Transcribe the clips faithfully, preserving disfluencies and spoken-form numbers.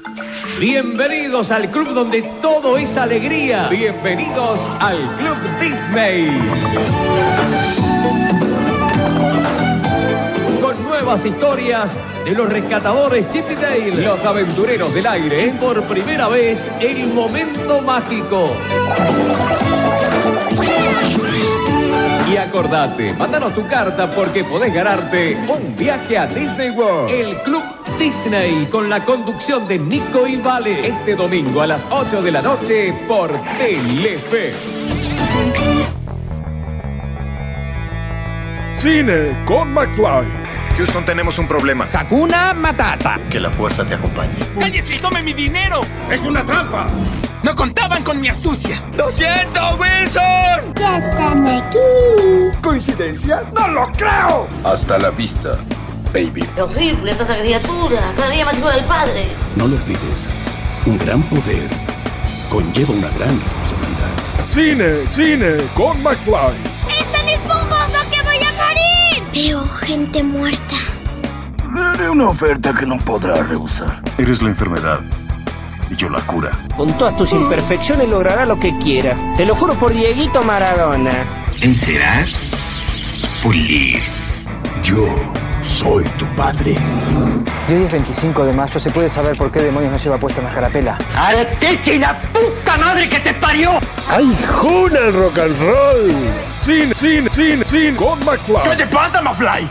Bienvenidos al club donde todo es alegría. Bienvenidos al Club Disney. Con nuevas historias de los rescatadores Chip y Dale, los aventureros del aire. Y por primera vez, el momento mágico. Y acordate, mándanos tu carta porque podés ganarte un viaje a Disney World. El Club Disney con la conducción de Nico y Vale. Este domingo a las ocho de la noche por Telefe. Cine con McFly. Houston, tenemos un problema. Hakuna Matata. Que la fuerza te acompañe. ¡Cállese y tome mi dinero! ¡Es una trampa! ¡No contaban con mi astucia! ¡Lo siento, Wilson! ¡Ya están aquí! ¿Coincidencia? ¡No lo creo! Hasta la vista, baby. ¡Qué horrible esta criatura! Cada día más igual al padre. No lo olvides. Un gran poder conlleva una gran responsabilidad. Cine, cine con McFly. ¡Es tan esponjoso que voy a morir! Veo gente muerta. Le haré una oferta que no podrá rehusar. Eres la enfermedad y yo la cura. Con todas tus imperfecciones logrará lo que quiera. Te lo juro por Dieguito Maradona. Encerar, pulir. Yo soy tu padre. Y hoy es veinticinco de mayo, ¿se puede saber por qué demonios no lleva puesta una carapela? ¡Arteche y la puta madre que te parió! ¡Ay, juna el rock and roll! Cine, cine, cine, cine con McFly. ¿Qué te pasa, McFly?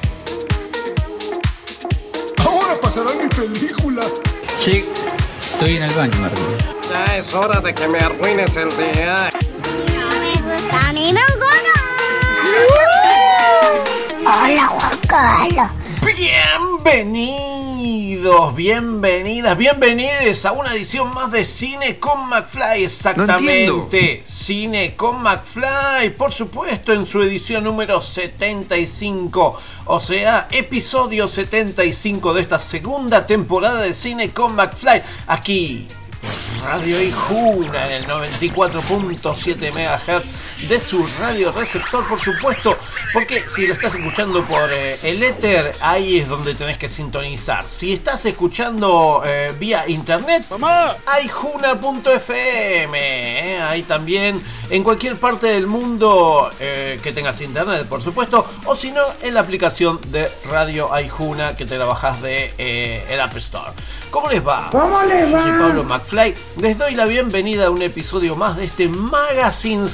Ahora pasará mi película. Sí, estoy en el baño, Martín. Ya es hora de que me arruines el día. No me gusta mi mongono. Hola, Juan Carlos. Bienvenidos, bienvenidas, bienvenides a una edición más de Cine con McFly. Exactamente, no Cine con McFly, por supuesto, en su edición número setenta y cinco. O sea, episodio setenta y cinco de esta segunda temporada de Cine con McFly. Aquí, Radio Aijuna, en el noventa y cuatro punto siete megahertz de su radio receptor, por supuesto, porque si lo estás escuchando por eh, el éter, ahí es donde tenés que sintonizar. Si estás escuchando eh, vía internet, aijuna punto efe eme, eh, ahí también, en cualquier parte del mundo eh, que tengas internet, por supuesto, o si no, en la aplicación de Radio Aijuna, que te la bajás de eh, el App Store. ¿Cómo les va? ¿Cómo les va? Yo soy Pablo McFly. Les doy la bienvenida a un episodio más de este magazine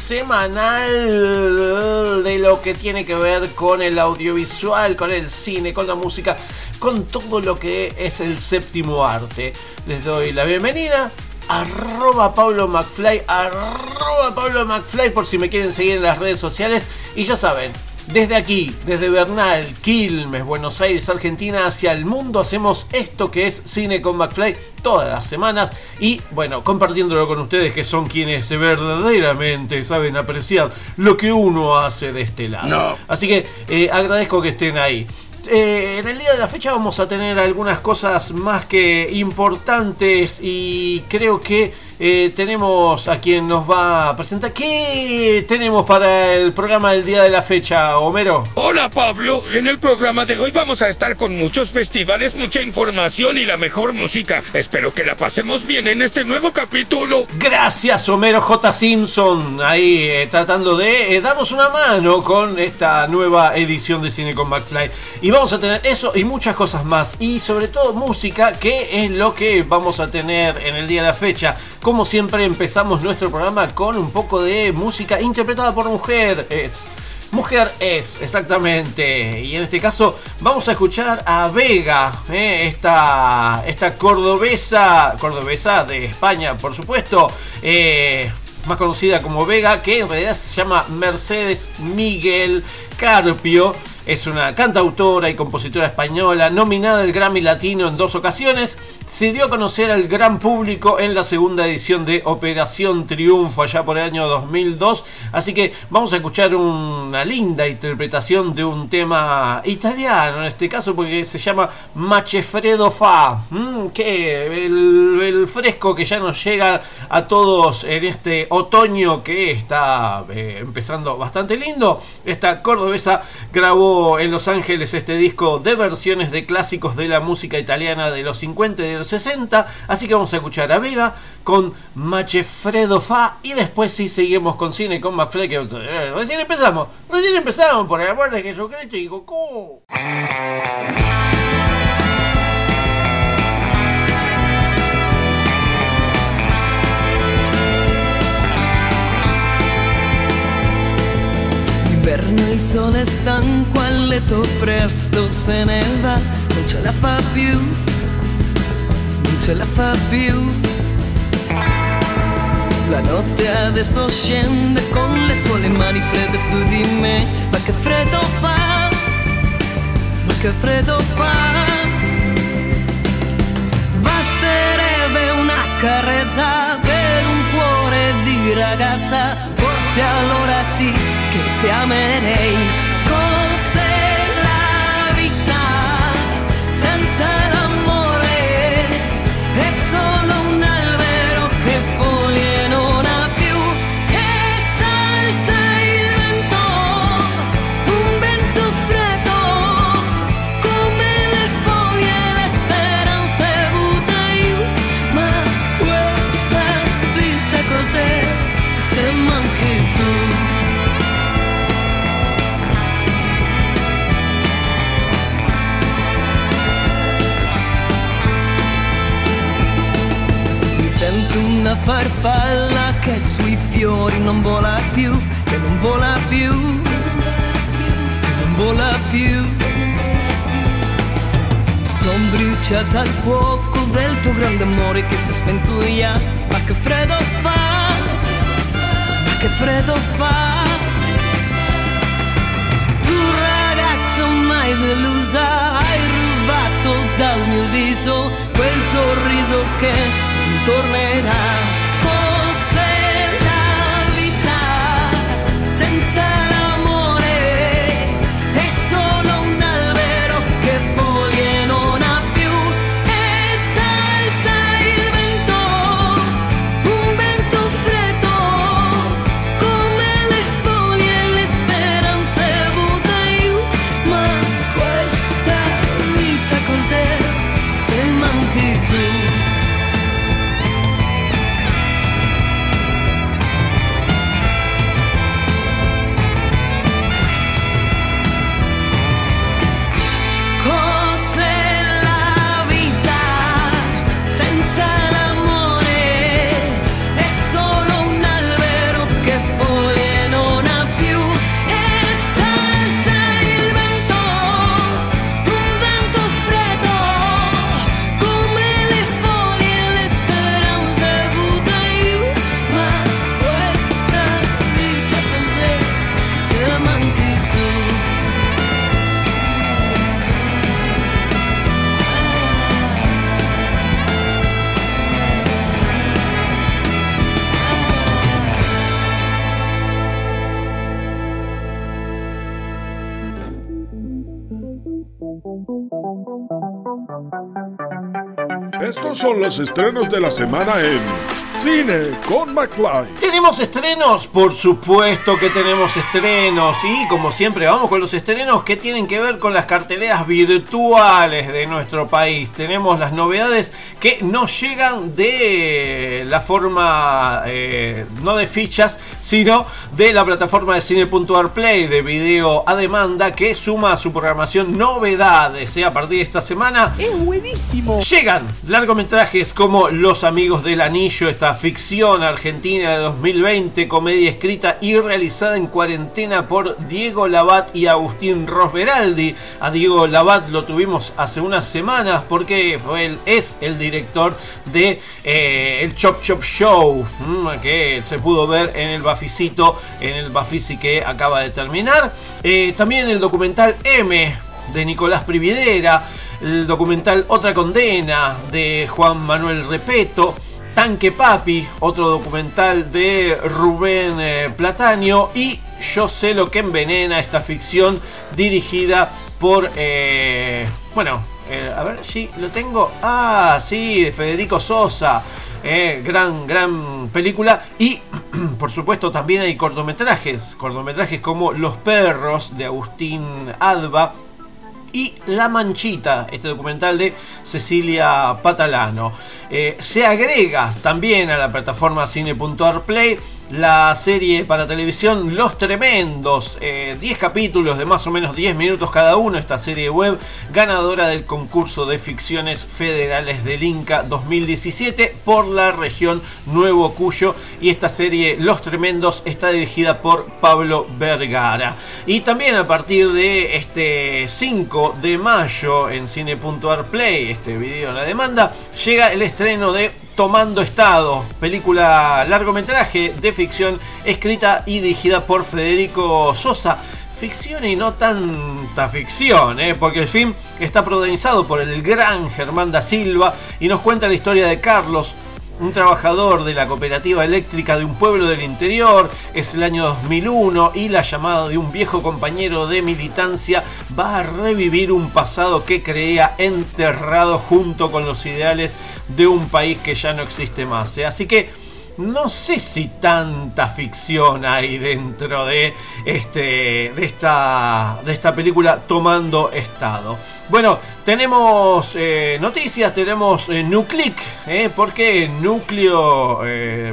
semanal de lo que tiene que ver con el audiovisual, con el cine, con la música, con todo lo que es el séptimo arte. Les doy la bienvenida. Arroba Pablo McFly, arroba Pablo McFly por si me quieren seguir en las redes sociales. Y ya saben, desde aquí, desde Bernal, Quilmes, Buenos Aires, Argentina, hacia el mundo, hacemos esto que es Cine con McFly todas las semanas. Y bueno, compartiéndolo con ustedes, que son quienes verdaderamente saben apreciar lo que uno hace de este lado. No. Así que eh, agradezco que estén ahí. Eh, en el día de la fecha vamos a tener algunas cosas más que importantes y creo que eh, tenemos a quien nos va a presentar. ¿Qué tenemos para el programa del día de la fecha, Homero? Hola, Pablo. En el programa de hoy vamos a estar con muchos festivales, mucha información y la mejor música. Espero que la pasemos bien en este nuevo capítulo. Gracias, Homero J. Simpson, ahí eh, tratando de eh, darnos una mano con esta nueva edición de Cine con McFly. Y vamos a tener eso y muchas cosas más. Y sobre todo música, que es lo que vamos a tener en el día de la fecha. Como siempre, empezamos nuestro programa con un poco de música interpretada por mujer. Es Mujer es, exactamente. Y en este caso vamos a escuchar a Vega, eh, esta, esta cordobesa, cordobesa de España, por supuesto, eh, más conocida como Vega, que en realidad se llama Mercedes Miguel Carpio. Es una cantautora y compositora española nominada al Grammy Latino en dos ocasiones. Se dio a conocer al gran público en la segunda edición de Operación Triunfo allá por el año dos mil dos. Así que vamos a escuchar una linda interpretación de un tema italiano en este caso, porque se llama Machefredo Fa. Mm, que el, el fresco que ya nos llega a todos en este otoño que está eh, empezando bastante lindo. Esta cordobesa grabó grabó en Los Ángeles este disco de versiones de clásicos de la música italiana de los cincuenta y de los sesenta. Así que vamos a escuchar a Vega con Machefredo Fa y después sí seguimos con Cine con McFly, que eh, recién empezamos, recién empezamos, por el amor de Jesucristo y Goku. D'inverno il sole stanco a letto presto se ne va, non ce la fa più, non ce la fa più. La notte adesso scende con le sue mani fredde su di me, ma che freddo fa, ma che freddo fa. Basterebbe una carezza per un cuore di ragazza, forse allora sì che ti amerei. Cos'è la vita senza l'amore? È solo un albero che foglie non ha più e salza il vento, un vento freddo come le foglie, le speranze buttai giù. Ma questa vita cos'è se manchi tu? Sento una farfalla che sui fiori non vola più, che non vola più, che non vola più. Son bruciata al fuoco del tuo grande amore che si è spento via, ma che freddo fa, ma che freddo fa. Tu ragazzo mai delusa, hai rubato dal mio viso quel sorriso che tornerà. Cos'è la vita senza l'amore? È solo un albero che foglie non ha più e salza il vento, un vento freddo come le foglie, le speranze buttai giù. Ma questa vita cos'è se manchi tu? Estos son los estrenos de la semana en Cine con McFly. ¿Tenemos estrenos? Por supuesto que tenemos estrenos. Y como siempre vamos con los estrenos que tienen que ver con las carteleras virtuales de nuestro país. Tenemos las novedades que nos llegan de la forma, eh, no de fichas, sino de la plataforma de Cine.ar Play, de video a demanda, que suma a su programación novedades. ¿eh? A partir de esta semana es buenísimo. Llegan largometrajes como Los Amigos del Anillo, esta ficción argentina de dos mil veinte, comedia escrita y realizada en cuarentena por Diego Labat y Agustín Rosberaldi. A Diego Labat lo tuvimos hace unas semanas porque él es el director de eh, el Chop Chop Show, mmm, que se pudo ver en el Baficito, en el Bafisi que acaba de terminar. Eh, también el documental M de Nicolás Prividera, el documental Otra Condena de Juan Manuel Repeto, Tanque Papi, otro documental de Rubén eh, Plataño, y Yo sé lo que envenena, esta ficción dirigida por, eh, bueno, eh, a ver si lo tengo, ah, sí, de Federico Sosa, eh, gran, gran película, y por supuesto, también hay cortometrajes, cortometrajes como Los Perros, de Agustín Adva, y La Manchita, este documental de Cecilia Patalano. Eh, se agrega también a la plataforma cine punto ar Play la serie para televisión Los Tremendos, eh, diez capítulos de más o menos diez minutos cada uno, esta serie web ganadora del concurso de ficciones federales del Inca dos mil diecisiete por la región Nuevo Cuyo, y esta serie Los Tremendos está dirigida por Pablo Vergara. Y también a partir de este cinco de mayo en cine punto ar Play, este video a la demanda, llega el estreno de Tomando Estado, película largometraje de ficción escrita y dirigida por Federico Sosa. Ficción y no tanta ficción, ¿eh? porque el film está protagonizado por el gran Germán da Silva y nos cuenta la historia de Carlos, un trabajador de la cooperativa eléctrica de un pueblo del interior. Es el año dos mil uno y la llamada de un viejo compañero de militancia va a revivir un pasado que creía enterrado junto con los ideales de un país que ya no existe más, ¿eh? Así que no sé si tanta ficción hay dentro de, este, de, esta, de esta película Tomando Estado. Bueno, tenemos eh, noticias, tenemos eh, Nuclick, eh, porque Núcleo eh,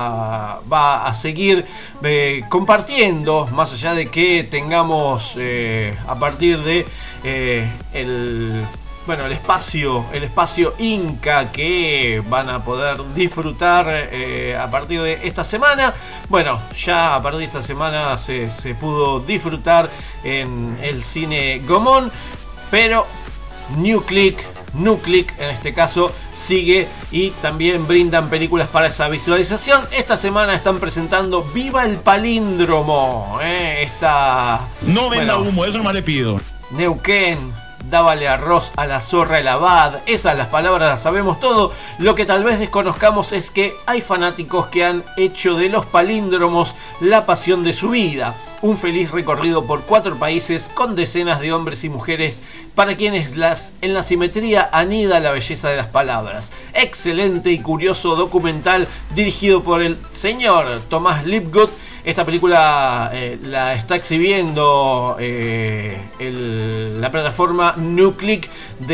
va, va a seguir eh, compartiendo, más allá de que tengamos eh, a partir de eh, el... Bueno, el espacio, el espacio Inca que van a poder disfrutar eh, a partir de esta semana. Bueno, ya a partir de esta semana se, se pudo disfrutar en el cine Gomón, pero Nuclick, Nuclick en este caso sigue y también brindan películas para esa visualización. Esta semana están presentando Viva el Palíndromo, eh, esta... No venda bueno, humo, eso no le pido. Neuquén. Dábale arroz a la zorra el abad. Esas las palabras las sabemos todo. Lo que tal vez desconozcamos es que hay fanáticos que han hecho de los palíndromos la pasión de su vida. Un feliz recorrido por cuatro países con decenas de hombres y mujeres para quienes las, en la simetría anida la belleza de las palabras. Excelente y curioso documental dirigido por el señor Tomás Lipgut. Esta película eh, la está exhibiendo eh, el, la plataforma Nuclick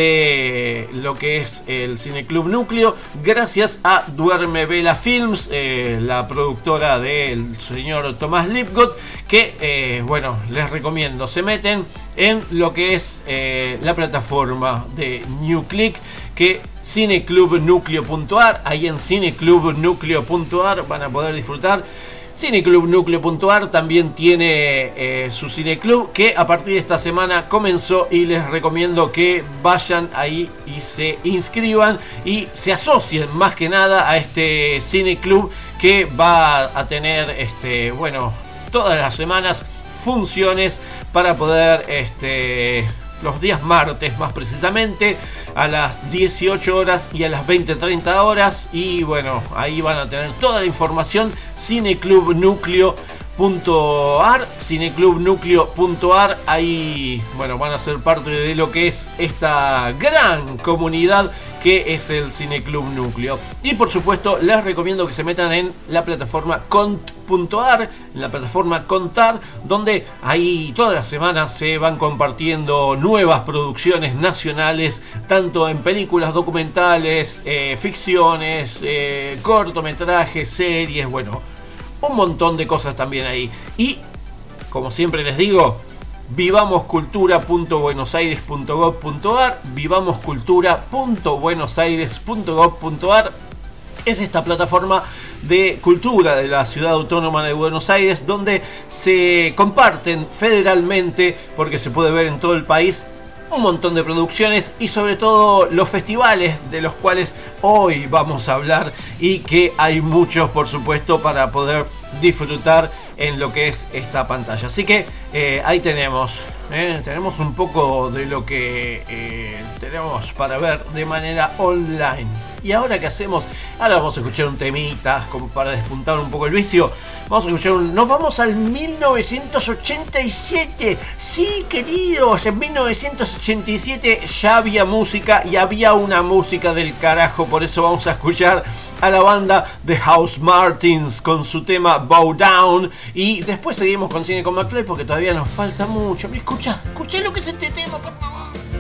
de lo que es el Cineclub Núcleo, gracias a Duerme Vela Films, eh, la productora del señor Tomás Lipgut, que eh, bueno, les recomiendo, se meten en lo que es eh, la plataforma de Nuclick, que cineclub núcleo punto ar, ahí en cineclub núcleo punto ar van a poder disfrutar. cineclub núcleo punto ar también tiene eh, su cineclub, que a partir de esta semana comenzó, y les recomiendo que vayan ahí y se inscriban y se asocien más que nada a este cineclub, que va a tener este, bueno, todas las semanas funciones para poder este, los días martes más precisamente a las dieciocho horas y a las veinte treinta horas, y bueno, ahí van a tener toda la información. cineclub núcleo punto ar, cineclub núcleo punto ar, ahí bueno, van a ser parte de lo que es esta gran comunidad que es el Cineclub Núcleo. Y por supuesto les recomiendo que se metan en la plataforma cont punto ar, en la plataforma Contar, donde ahí todas las semanas se van compartiendo nuevas producciones nacionales, tanto en películas, documentales, eh, ficciones, eh, cortometrajes, series, bueno, un montón de cosas también ahí. Y como siempre les digo, vivamoscultura punto buenosaires punto gov punto ar, vivamoscultura punto buenosaires punto gov punto ar es esta plataforma de cultura de la Ciudad Autónoma de Buenos Aires, donde se comparten federalmente, porque se puede ver en todo el país, un montón de producciones y sobre todo los festivales de los cuales hoy vamos a hablar, y que hay muchos por supuesto para poder disfrutar en lo que es esta pantalla. Así que eh, ahí tenemos eh, tenemos un poco de lo que eh, tenemos para ver de manera online. Y ahora ¿qué hacemos? Ahora vamos a escuchar un temita como para despuntar un poco el vicio. Vamos a escuchar un... Nos vamos al mil novecientos ochenta y siete. Sí, queridos, en mil novecientos ochenta y siete ya había música, y había una música del carajo. Por eso vamos a escuchar a la banda The House Martins con su tema Bow Down. Y después seguimos con Cine con McFly porque todavía nos falta mucho. Escucha, escucha lo que es este tema, por favor.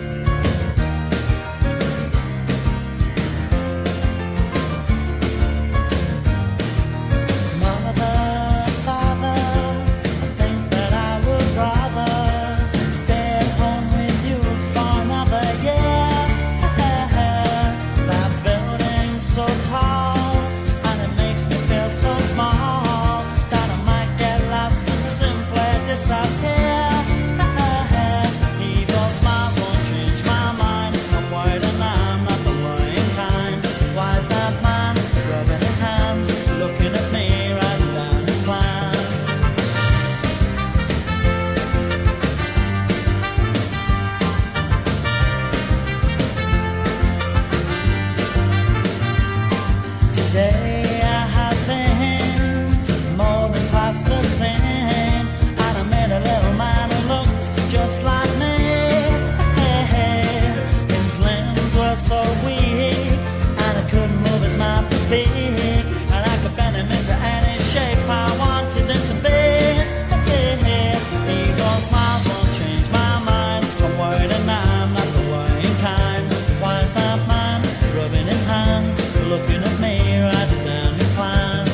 So small that I might get lost and simply disappear. Evil smiles won't change my mind. I'm white and I'm not the worrying kind. Why is that man rubbing his hands, looking at me, writing down his plans? Today to sin, and I met a little man who looked just like me. His limbs were so weak, and I couldn't move his mouth to speak, and I could bend him into any shape I wanted him to be. Evil smiles won't change my mind. I'm worried and I'm not the worrying kind. Why is that man rubbing his hands, looking at me, writing down his plans?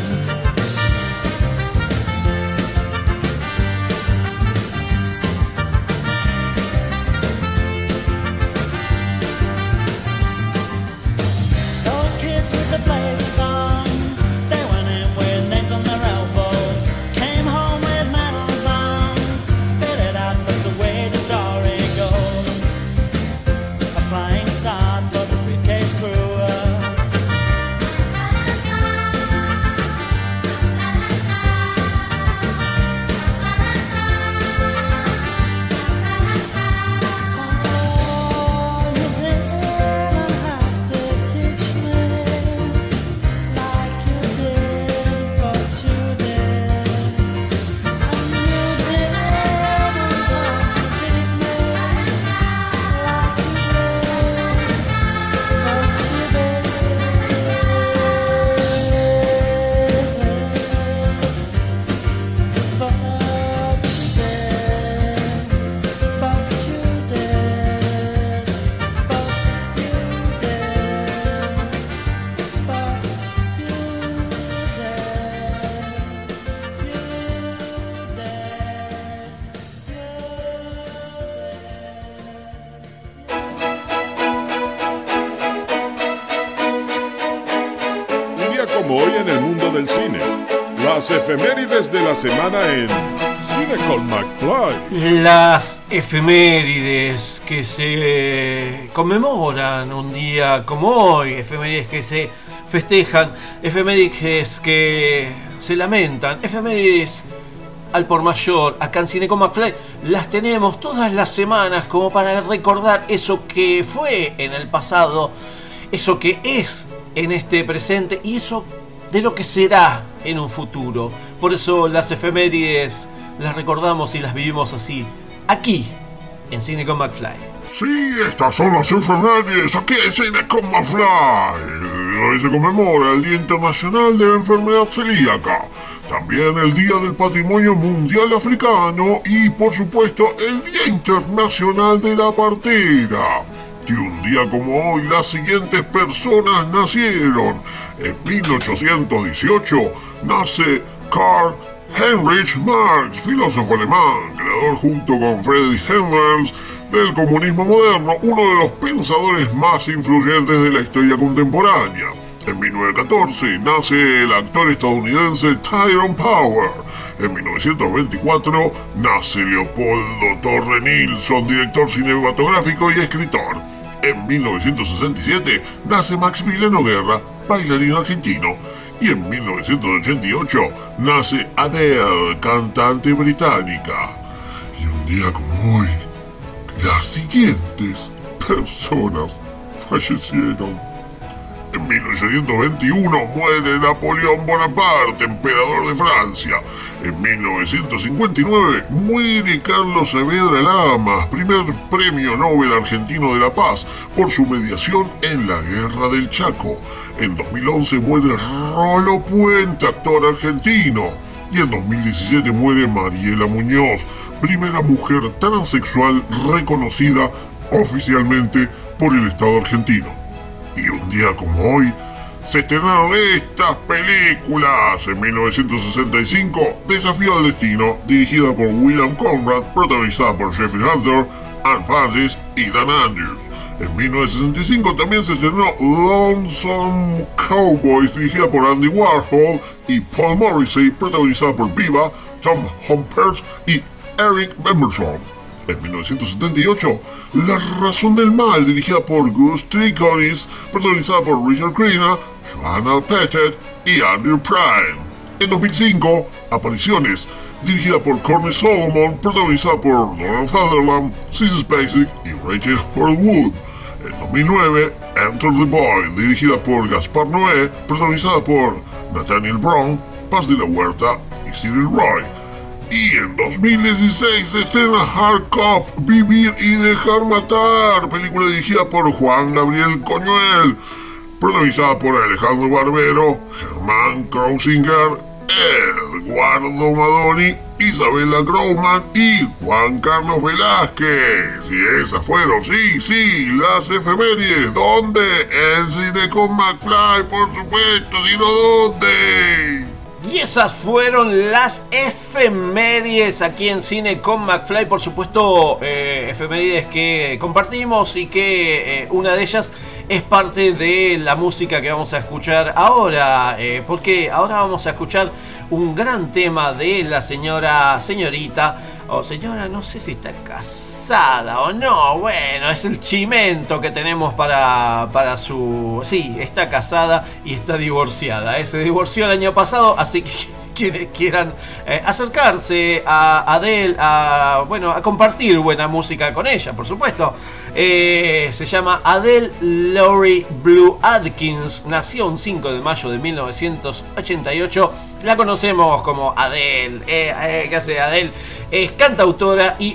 With the blazers on, they went in with names on their elbows, came home with medals on, spit it out, that's the way the story goes. A flying start for the briefcase crew. Hoy en el mundo del cine, las efemérides de la semana en Cine con McFly. Las efemérides que se conmemoran un día como hoy, efemérides que se festejan, efemérides que se lamentan, efemérides al por mayor. Acá en Cine con McFly las tenemos todas las semanas como para recordar eso que fue en el pasado, eso que es en este presente y eso de lo que será en un futuro. Por eso las efemérides las recordamos y las vivimos así, aquí, en Cine con McFly. Sí, estas son las efemérides aquí en Cine con McFly. Hoy se conmemora el Día Internacional de la Enfermedad Celíaca, también el Día del Patrimonio Mundial Africano y, por supuesto, el Día Internacional de la Partera. Y un día como hoy, las siguientes personas nacieron. En mil ochocientos dieciocho nace Karl Heinrich Marx, filósofo alemán, creador junto con Friedrich Engels del comunismo moderno, uno de los pensadores más influyentes de la historia contemporánea. En mil novecientos catorce nace el actor estadounidense Tyrone Power. En mil novecientos veinticuatro nace Leopoldo Torre Nilsson, director cinematográfico y escritor. En mil novecientos sesenta y siete nace Maximiliano Guerra, bailarín argentino. Y en mil novecientos ochenta y ocho nace Adele, cantante británica. Y un día como hoy, las siguientes personas fallecieron. En mil ochocientos veintiuno muere Napoleón Bonaparte, emperador de Francia. En mil novecientos cincuenta y nueve muere Carlos Saavedra Lamas, primer premio Nobel argentino de la Paz, por su mediación en la Guerra del Chaco. En dos mil once muere Rolo Puente, actor argentino. Y en dos mil diecisiete muere Mariela Muñoz, primera mujer transexual reconocida oficialmente por el Estado argentino. Y un día como hoy, se estrenaron estas películas. En mil novecientos sesenta y cinco, Desafío al Destino, dirigida por William Conrad, protagonizada por Jeffrey Hunter, Anne Francis y Dan Andrews. En mil novecientos sesenta y cinco también se estrenó Lonesome Cowboys, dirigida por Andy Warhol y Paul Morrissey, protagonizada por Viva, Tom Humpers y Eric Emerson. En mil novecientos setenta y ocho, La Razón del Mal, dirigida por Gus Triconis, protagonizada por Richard Crenna, Joanna Pettet y Andrew Prime. En dos mil cinco, Apariciones, dirigida por Courtney Solomon, protagonizada por Donald Sutherland, Sissy Spacek y Rachel Hurd-Wood. En dos mil nueve, Enter the Void, dirigida por Gaspar Noé, protagonizada por Nathaniel Brown, Paz de la Huerta y Cyril Roy. Y en dos mil dieciséis se estrena Hard Cop, Vivir y Dejar Matar, película dirigida por Juan Gabriel Coñuel, protagonizada por Alejandro Barbero, Germán Krausinger, Eduardo Madoni, Isabela Grauman y Juan Carlos Velázquez. Y esas fueron, sí, sí, las efemérides. ¿Dónde? En Cine con McFly, por supuesto, si no, ¿dónde? Y esas fueron las efemérides aquí en Cine con McFly, por supuesto, eh, efemérides que compartimos y que eh, una de ellas es parte de la música que vamos a escuchar ahora, eh, porque ahora vamos a escuchar un gran tema de la señora, señorita, o señora, no sé si está casada o no, bueno, es el chimento que tenemos para, para su... Sí, está casada y está divorciada, eh, se divorció el año pasado, así que quienes quieran eh, acercarse a Adele, a, bueno, a compartir buena música con ella, por supuesto. Eh, se llama Adele Laurie Blue Adkins, nació un cinco de mayo de mil novecientos ochenta y ocho. La conocemos como Adele, eh, eh, ¿qué hace Adele? Es cantautora y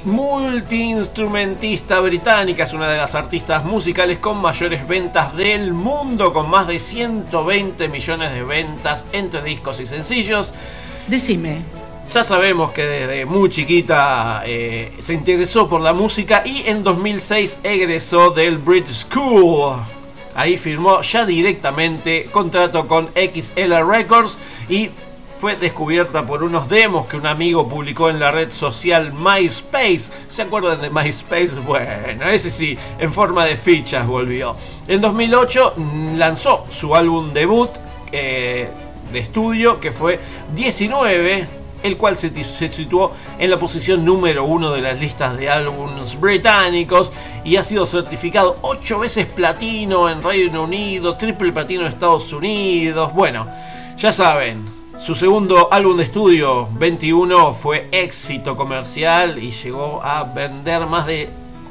multiinstrumentista británica, es una de las artistas musicales con mayores ventas del mundo, con más de ciento veinte millones de ventas entre discos y sencillos. Decime. Ya sabemos que desde muy chiquita eh, se interesó por la música y en dos mil seis egresó del British School. Ahí firmó ya directamente contrato con X L Records y fue descubierta por unos demos que un amigo publicó en la red social MySpace. ¿Se acuerdan de MySpace? Bueno, ese sí, en forma de fichas volvió. En dos mil ocho lanzó su álbum debut eh, de estudio, que fue diecinueve, el cual se, se situó en la posición número uno de las listas de álbumes británicos y ha sido certificado ocho veces platino en Reino Unido, triple platino en Estados Unidos. Bueno, ya saben, su segundo álbum de estudio, veintiuno, fue éxito comercial y llegó a vender más de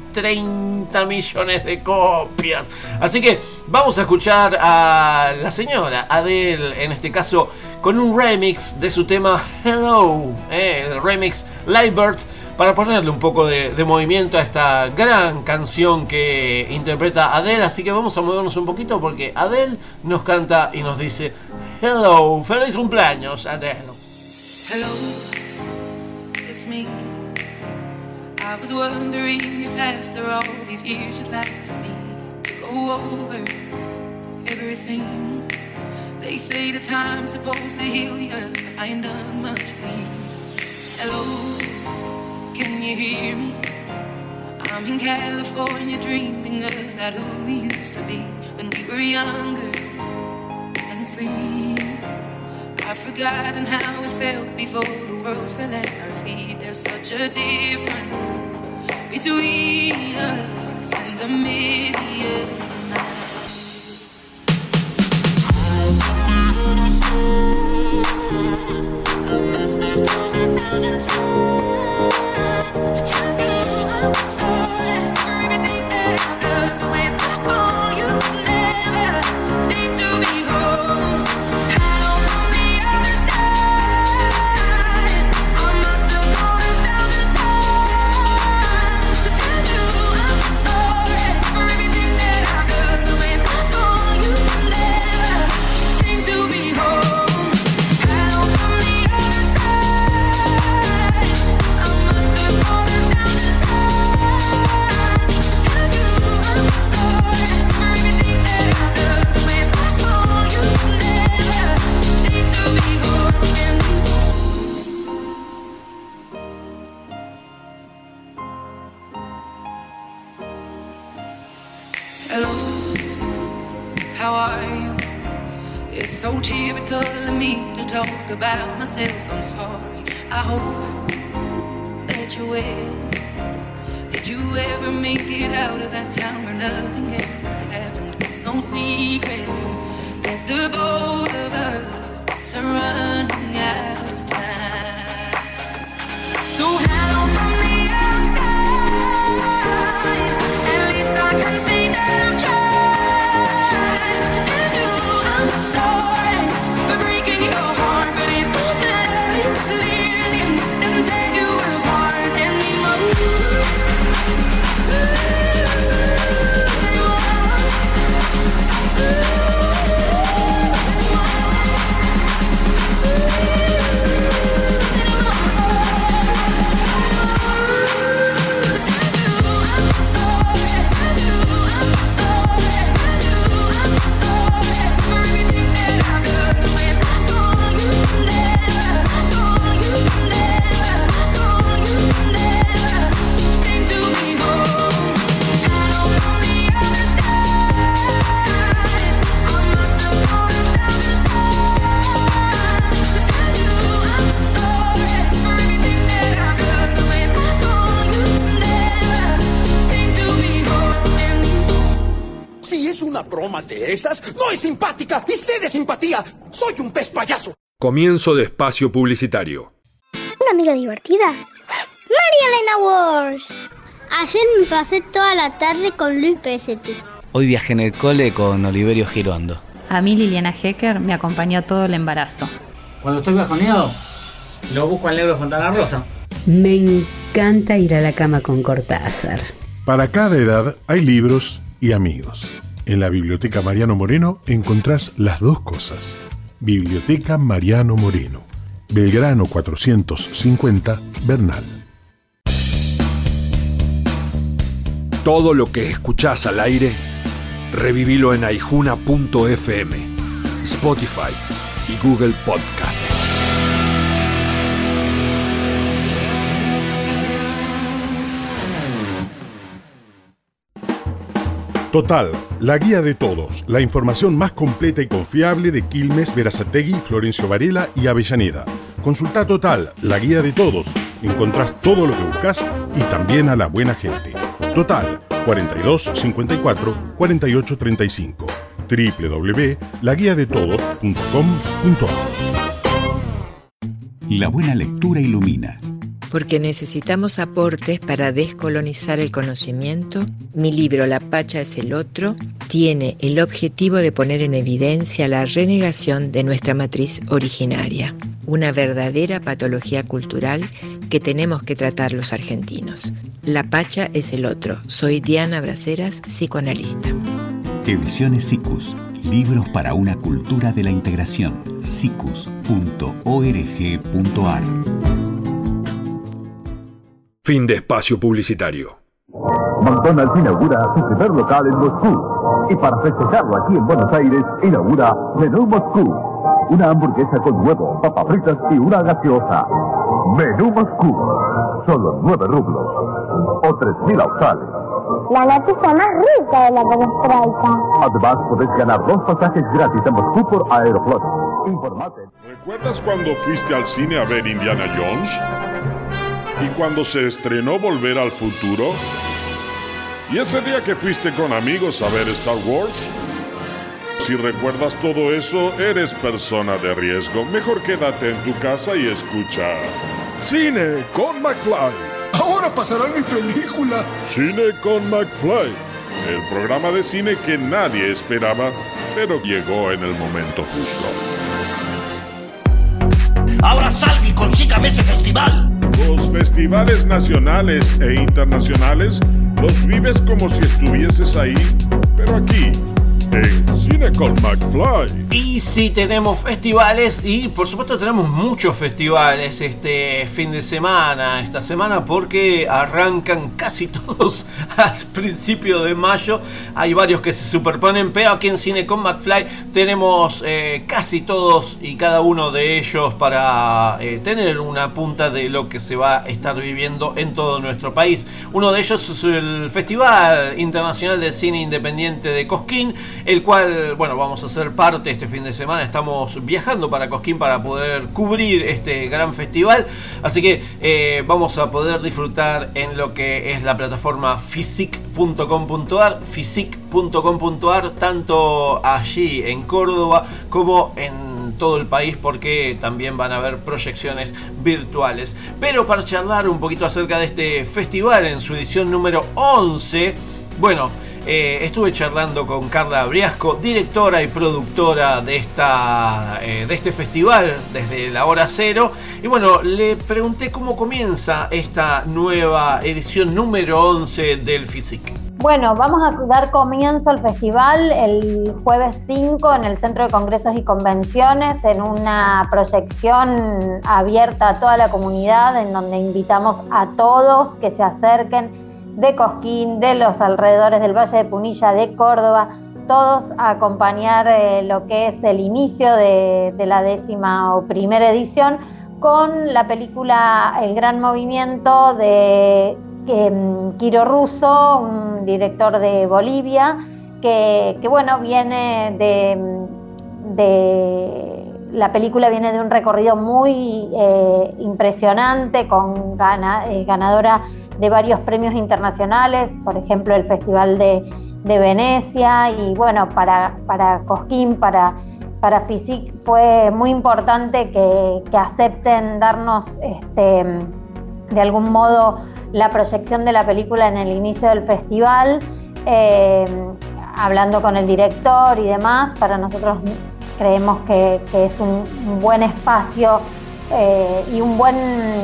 treinta millones de copias. Así que vamos a escuchar a la señora Adele, en este caso con un remix de su tema Hello, eh, el remix Livebird, para ponerle un poco de, de movimiento a esta gran canción que interpreta Adele. Así que vamos a movernos un poquito porque Adele nos canta y nos dice Hello, feliz cumpleaños Adele. Hello, it's me. I was wondering if after all these years you'd like to me to go over everything. They say the time's supposed to heal you, but I ain't done much bleeding. Hello, can you hear me? I'm in California dreaming about who we used to be when we were younger and free. I've forgotten how it felt before the world fell at our feet. There's such a difference between us and a million miles. I must have told a thousand times to tell you I'm sorry for everything that I've done. But when I call you, never seem to be home. That It's so typical of me to talk about myself. I'm sorry. I hope that you're well. Did you ever make it out of that town where nothing ever happened? It's no secret that the both of us are running out of time. So hello from the outside. At least I can say that I'm trying to tell you I'm sorry for breaking your heart, but it's not that it clearly doesn't take you apart anymore. Una broma de esas no es simpática y sé de simpatía. Soy un pez payaso. Comienzo de espacio publicitario. Una amiga divertida. María Elena Walsh. Ayer me pasé toda la tarde con Luis P S T. Hoy viajé en el cole con Oliverio Girondo. A mí Liliana Hecker me acompañó todo el embarazo. Cuando estoy bajoneado, lo busco al negro Fontana Rosa. Me encanta ir a la cama con Cortázar. Para cada edad hay libros y amigos. En la Biblioteca Mariano Moreno encontrás las dos cosas. Biblioteca Mariano Moreno, Belgrano cuatrocientos cincuenta, Bernal. Todo lo que escuchás al aire, revivilo en aijuna punto efe eme, Spotify y Google Podcast. Total, la guía de todos, la información más completa y confiable de Quilmes, Berazategui, Florencio Varela y Avellaneda. Consulta Total, la guía de todos. Encontrás todo lo que buscas y también a la buena gente. Total, cuarenta y dos cincuenta y cuatro cuarenta y ocho treinta y cinco. doble u doble u doble u punto la guía de todos punto com punto a. La buena lectura ilumina. Porque necesitamos aportes para descolonizar el conocimiento, mi libro La Pacha es el otro tiene el objetivo de poner en evidencia la renegación de nuestra matriz originaria, una verdadera patología cultural que tenemos que tratar los argentinos. La Pacha es el otro. Soy Diana Braceras, psicoanalista. Ediciones Sicus. Libros para una cultura de la integración. sicus punto org punto ar. Fin de espacio publicitario. McDonald's inaugura su primer local en Moscú. Y para festejarlo aquí en Buenos Aires, inaugura Menú Moscú. Una hamburguesa con huevo, papas fritas y una gaseosa. Menú Moscú. Solo nueve rublos. O tres mil australes. La noticia más rica de la perestroika. Además, podés ganar dos pasajes gratis a Moscú por Aeroflot. Informate. ¿Recuerdas cuando fuiste al cine a ver Indiana Jones? ¿Y cuando se estrenó Volver al Futuro? ¿Y ese día que fuiste con amigos a ver Star Wars? Si recuerdas todo eso, eres persona de riesgo. Mejor quédate en tu casa y escucha Cine con McFly. Ahora pasará mi película. Cine con McFly, el programa de cine que nadie esperaba, pero llegó en el momento justo. Ahora salga y consígame ese festival. Los festivales nacionales e internacionales los vives como si estuvieses ahí, pero aquí, en Cine con McFly. Y sí, tenemos festivales y por supuesto tenemos muchos festivales este fin de semana, esta semana, porque arrancan casi todos al principio de mayo. Hay varios que se superponen, pero aquí en Cine con McFly tenemos eh, casi todos y cada uno de ellos para eh, tener una punta de lo que se va a estar viviendo en todo nuestro país. Uno de ellos es el Festival Internacional de Cine Independiente de Cosquín. el cual, bueno, vamos a ser parte este fin de semana. Estamos viajando para Cosquín para poder cubrir este gran festival, así que eh, vamos a poder disfrutar en lo que es la plataforma fisic punto com punto ar, fisic punto com punto ar, tanto allí en Córdoba como en todo el país, porque también van a haber proyecciones virtuales. Pero para charlar un poquito acerca de este festival en su edición número once, bueno, eh, estuve charlando con Carla Briasco, directora y productora de, esta, eh, de este festival desde la hora cero, y bueno, le pregunté cómo comienza esta nueva edición número once del FISIC. Bueno, vamos a dar comienzo al festival el jueves cinco en el Centro de Congresos y Convenciones, en una proyección abierta a toda la comunidad, en donde invitamos a todos que se acerquen de Cosquín, de los alrededores del Valle de Punilla, de Córdoba, todos a acompañar eh, lo que es el inicio de, de la décima o primera edición con la película El Gran Movimiento de eh, Quiro Russo, un director de Bolivia, que, que bueno, viene de, de... La película viene de un recorrido muy eh, impresionante, con gana, eh, ganadora de varios premios internacionales, por ejemplo el Festival de, de Venecia, y bueno, para, para Cosquín, para, para FISIC fue muy importante que, que acepten darnos este, de algún modo la proyección de la película en el inicio del festival, eh, hablando con el director y demás. Para nosotros creemos que, que es un, un buen espacio eh, y un buen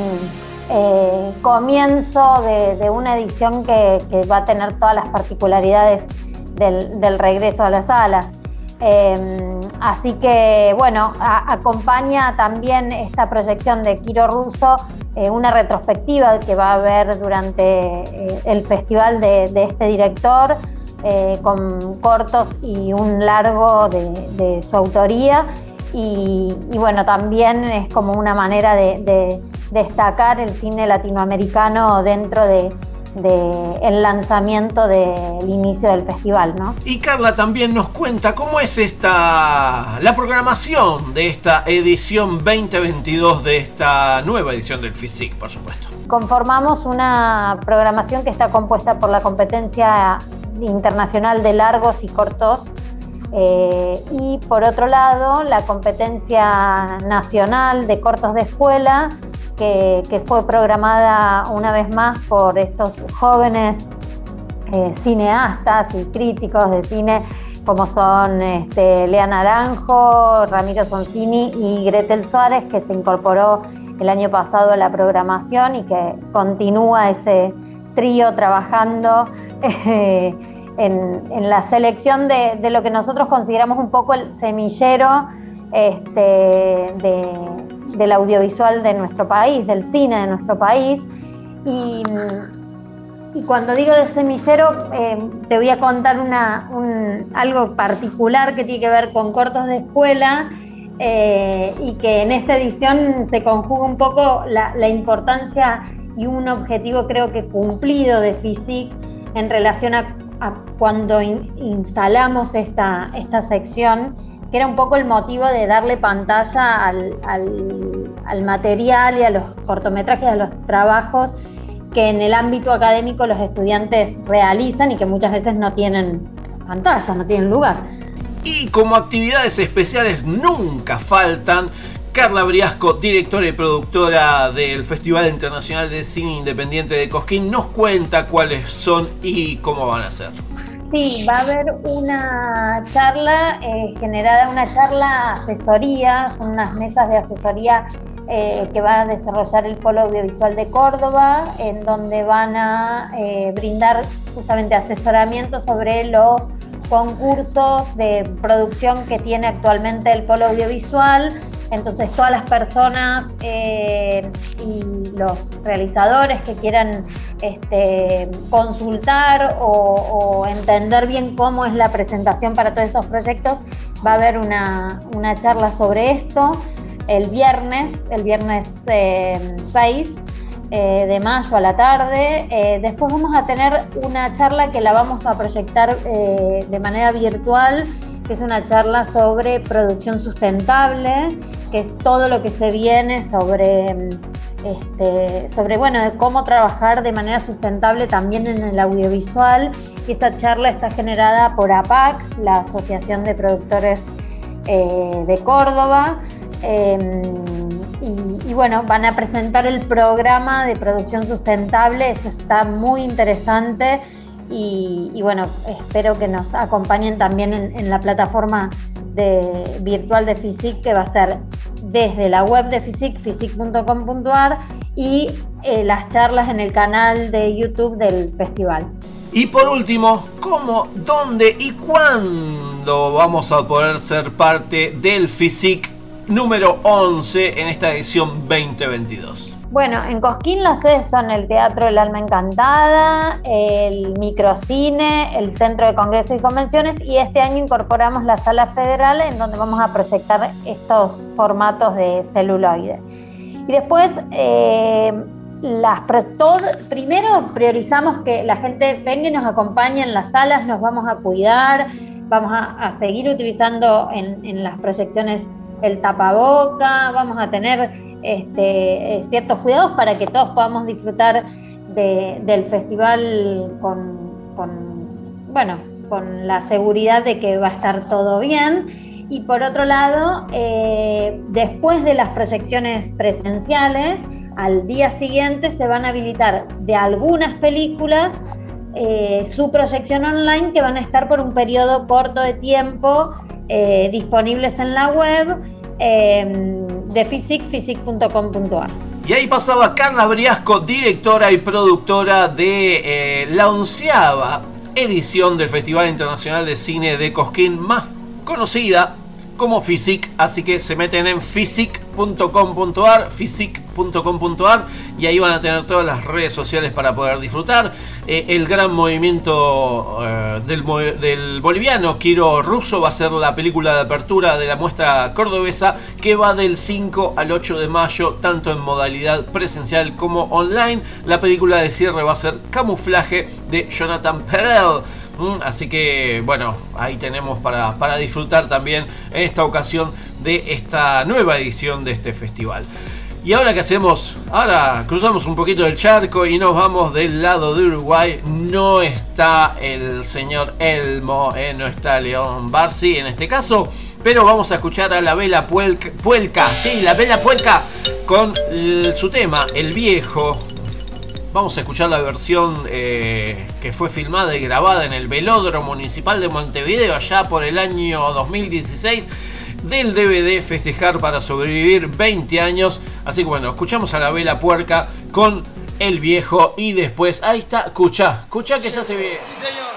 Eh, comienzo de, de una edición que, que va a tener todas las particularidades del, del regreso a las salas. Eh, así que, bueno, a, acompaña también esta proyección de Quiro Russo eh, una retrospectiva que va a haber durante eh, el festival de, de este director, eh, con cortos y un largo de, de su autoría. Y, y bueno, también es como una manera de, de destacar el cine latinoamericano dentro de, de el lanzamiento del inicio del festival, ¿no? Y Carla también nos cuenta cómo es esta la programación de esta edición veinte veintidós, de esta nueva edición del FISIC, por supuesto. Conformamos una programación que está compuesta por la competencia internacional de largos y cortos, Eh, y por otro lado la competencia nacional de cortos de escuela, que, que fue programada una vez más por estos jóvenes eh, cineastas y críticos de cine, como son este, Lea Naranjo, Ramiro Soncini y Gretel Suárez, que se incorporó el año pasado a la programación y que continúa ese trío trabajando eh, En, en la selección de, de lo que nosotros consideramos un poco el semillero este, de, del audiovisual de nuestro país, del cine de nuestro país. Y, y cuando digo de semillero, eh, te voy a contar una, un, algo particular que tiene que ver con cortos de escuela, eh, y que en esta edición se conjuga un poco la, la importancia y un objetivo, creo que cumplido, de FISIC en relación a cuando in, instalamos esta, esta sección, que era un poco el motivo de darle pantalla al, al, al material y a los cortometrajes, a los trabajos que en el ámbito académico los estudiantes realizan y que muchas veces no tienen pantalla, no tienen lugar. Y como actividades especiales nunca faltan, Carla Briasco, directora y productora del Festival Internacional de Cine Independiente de Cosquín, nos cuenta cuáles son y cómo van a ser. Sí, va a haber una charla eh, generada, una charla asesoría, son unas mesas de asesoría eh, que va a desarrollar el Polo Audiovisual de Córdoba, en donde van a eh, brindar justamente asesoramiento sobre los concursos de producción que tiene actualmente el Polo Audiovisual. Entonces todas las personas eh, y los realizadores que quieran este, consultar o, o entender bien cómo es la presentación para todos esos proyectos, va a haber una, una charla sobre esto el viernes, el viernes eh, seis, eh, de mayo a la tarde. Eh, después vamos a tener una charla que la vamos a proyectar eh, de manera virtual, que es una charla sobre producción sustentable, que es todo lo que se viene sobre, este, sobre bueno, cómo trabajar de manera sustentable también en el audiovisual. Y esta charla está generada por A P A C, la Asociación de Productores eh, de Córdoba. Eh, y, y bueno, van a presentar el programa de producción sustentable. Eso está muy interesante. Y, y bueno, espero que nos acompañen también en, en la plataforma de, virtual de FISIC, que va a ser desde la web de FISIC, fisic punto com punto a r, y eh, las charlas en el canal de YouTube del festival. Y por último, ¿cómo, dónde y cuándo vamos a poder ser parte del FISIC número once en esta edición veinte veintidós? Bueno, en Cosquín las sedes son el Teatro del Alma Encantada, el Microcine, el Centro de Congresos y Convenciones, y este año incorporamos la Sala Federal, en donde vamos a proyectar estos formatos de celuloide. Y después, eh, las todo, primero priorizamos que la gente venga y nos acompañe en las salas, nos vamos a cuidar, vamos a, a seguir utilizando en, en las proyecciones el tapaboca, vamos a tener Este, eh, ciertos cuidados para que todos podamos disfrutar de, del festival con, con, bueno, con la seguridad de que va a estar todo bien. Y por otro lado, eh, después de las proyecciones presenciales, al día siguiente se van a habilitar de algunas películas eh, su proyección online, que van a estar por un periodo corto de tiempo eh, disponibles en la web eh, de FISIC, fisic punto com punto a r. Y ahí pasaba Carla Briasco, directora y productora de eh, la onceava edición del Festival Internacional de Cine de Cosquín, más conocida como FISIC. Así que se meten en fisic punto com punto a r, fisic punto com punto a r, y ahí van a tener todas las redes sociales para poder disfrutar. Eh, el gran movimiento eh, del, del boliviano Quiro Russo va a ser la película de apertura de la muestra cordobesa, que va del cinco al ocho de mayo, tanto en modalidad presencial como online. La película de cierre va a ser Camuflaje, de Jonathan Perel. Así que bueno, ahí tenemos para, para disfrutar también en esta ocasión de esta nueva edición de este festival. Y ahora, ¿qué hacemos? Ahora cruzamos un poquito el charco y nos vamos del lado de Uruguay. No está el señor Elmo, eh, no está León Barsi en este caso, pero vamos a escuchar a la Vela Puelca, Puelca, sí, la Vela Puelca, con el, su tema, El Viejo. Vamos a escuchar la versión eh, que fue filmada y grabada en el Velódromo Municipal de Montevideo allá por el año dos mil dieciséis, del D V D Festejar para Sobrevivir veinte años. Así que bueno, escuchamos a la Vela Puerca con El Viejo y después, ahí está, escuchá, escuchá que se hace bien. Sí, señor.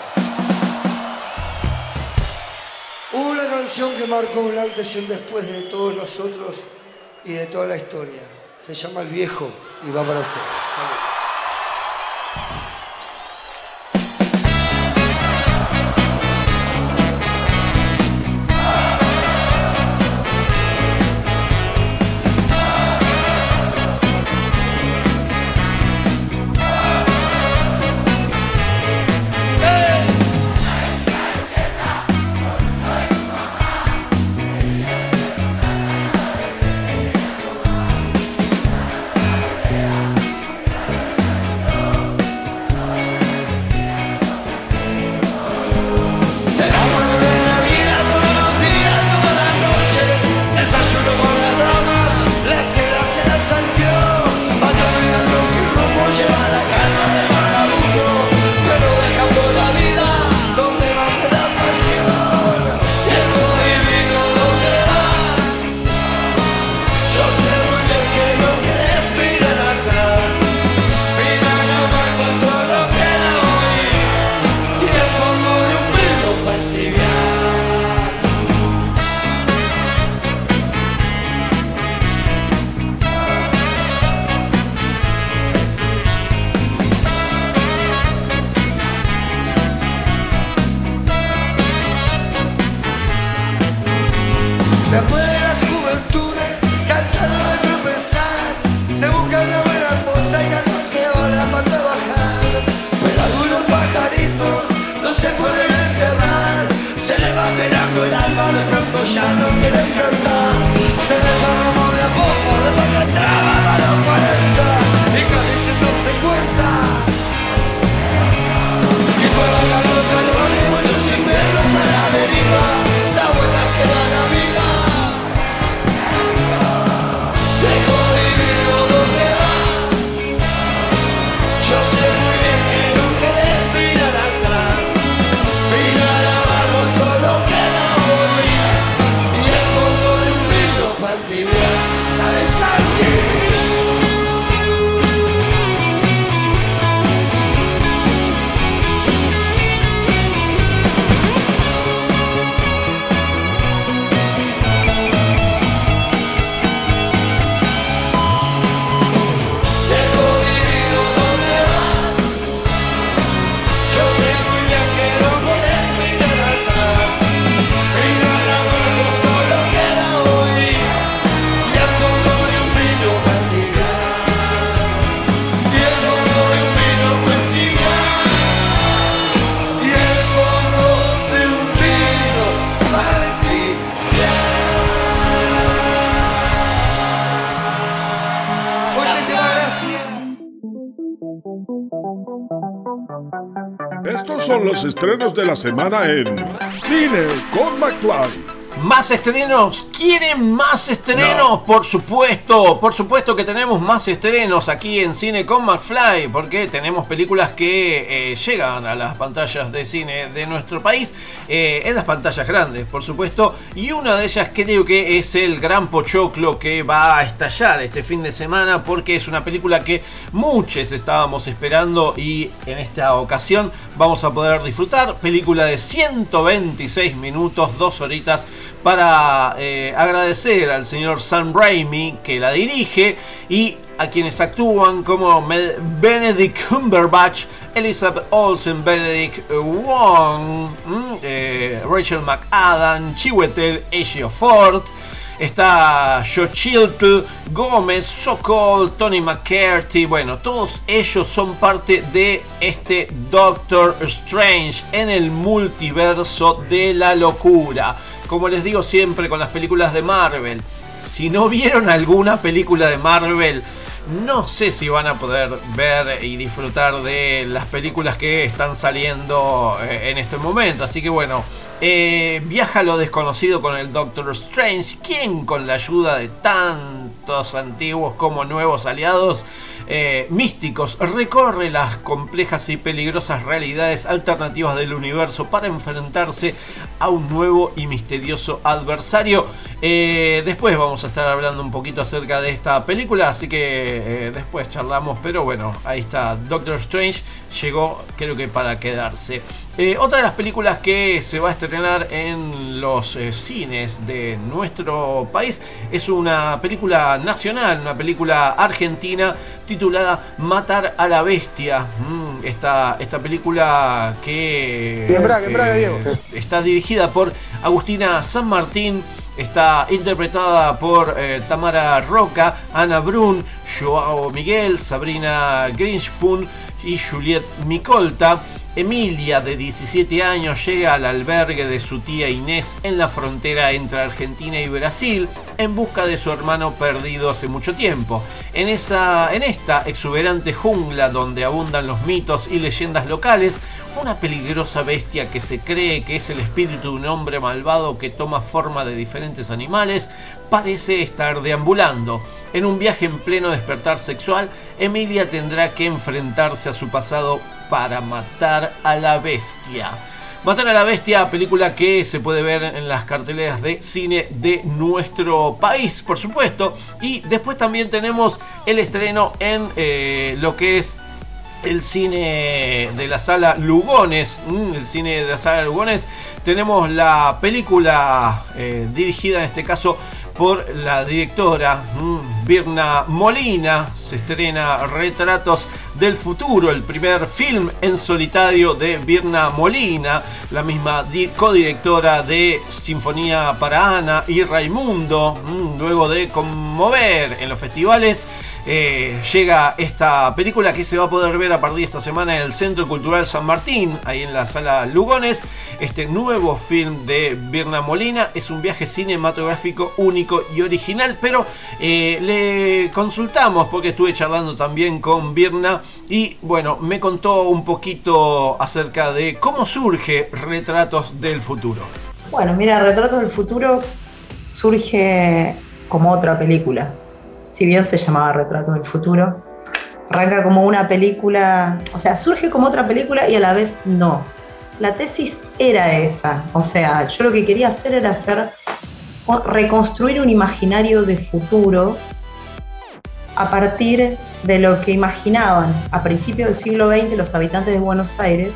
Una canción que marcó un antes y un después de todos nosotros y de toda la historia. Se llama El Viejo y va para usted. Salud. ya no quieren cantar. Se desparramó de a poco, después que entraban a los cuarenta y casi sin darse cuenta. Y fueron calor, calor y muchos inviernos a la deriva. La vuelta que da la vida. Dejo vivido donde va. Yo sé muy bien que no querés mirar atrás. Mirar abajo solo queda hoy. Y el fondo de un vino para tibiar la de sangre. Estos son los estrenos de la semana en Cine con McFly. ¿Más estrenos? ¿Quieren más estrenos? No. Por supuesto, por supuesto que tenemos más estrenos aquí en Cine con McFly, porque tenemos películas que eh, llegan a las pantallas de cine de nuestro país, eh, en las pantallas grandes, por supuesto, y una de ellas creo que es el gran pochoclo que va a estallar este fin de semana, porque es una película que muchos estábamos esperando y en esta ocasión vamos a poder disfrutar. Película de ciento veintiséis minutos, dos horitas, para eh, agradecer al señor Sam Raimi que la dirige y a quienes actúan como Benedict Cumberbatch, Elizabeth Olsen, Benedict Wong, eh, Rachel McAdams, Chiwetel Ejiofor. Está Xochitl Gómez, Sokol, Tony McCarthy. Bueno, todos ellos son parte de este Doctor Strange en el multiverso de la locura. Como les digo siempre con las películas de Marvel, si no vieron alguna película de Marvel, no sé si van a poder ver y disfrutar de las películas que están saliendo en este momento. Así que bueno, eh, viaja a lo desconocido con el Doctor Strange, quien con la ayuda de tantos antiguos como nuevos aliados eh, místicos recorre las complejas y peligrosas realidades alternativas del universo para enfrentarse a un nuevo y misterioso adversario. Eh, después vamos a estar hablando un poquito acerca de esta película, así que eh, después charlamos, pero bueno, ahí está, Doctor Strange llegó creo que para quedarse. Eh, otra de las películas que se va a estrenar en los eh, cines de nuestro país es una película nacional, una película argentina titulada Matar a la Bestia. Mm, esta, esta película que Bien, Braga, Braga, Diego. eh, está dirigida por Agustina San Martín. Está interpretada por eh, Tamara Roca, Ana Brun, Joao Miguel, Sabrina Grinspun y Juliette Micolta. Emilia, de diecisiete años, llega al albergue de su tía Inés en la frontera entre Argentina y Brasil en busca de su hermano perdido hace mucho tiempo. En, esa, en esta exuberante jungla donde abundan los mitos y leyendas locales, una peligrosa bestia que se cree que es el espíritu de un hombre malvado que toma forma de diferentes animales parece estar deambulando. En un viaje en pleno despertar sexual, Emilia tendrá que enfrentarse a su pasado para matar a la bestia. Matar a la Bestia, película que se puede ver en las carteleras de cine de nuestro país, por supuesto. Y después también tenemos el estreno en eh, lo que es el cine de la sala Lugones. El cine de la sala Lugones. Tenemos la película eh, dirigida en este caso por la directora mmm, Birna Molina. Se estrena Retratos del Futuro, el primer film en solitario de Birna Molina, la misma codirectora de Sinfonía para Ana y Raimundo. Mmm, luego de conmover en los festivales eh, llega esta película que se va a poder ver a partir de esta semana en el Centro Cultural San Martín, ahí en la Sala Lugones. Este nuevo film de Birna Molina es un viaje cinematográfico único y original, pero eh, le consultamos porque estuve charlando también con Birna y bueno, me contó un poquito acerca de cómo surge Retratos del Futuro. Bueno, mira, Retratos del Futuro surge como otra película. Si bien se llamaba Retratos del Futuro, arranca como una película, o sea, surge como otra película y a la vez no. La tesis era esa, o sea, yo lo que quería hacer era hacer, reconstruir un imaginario de futuro a partir de lo que imaginaban a principios del siglo veinte los habitantes de Buenos Aires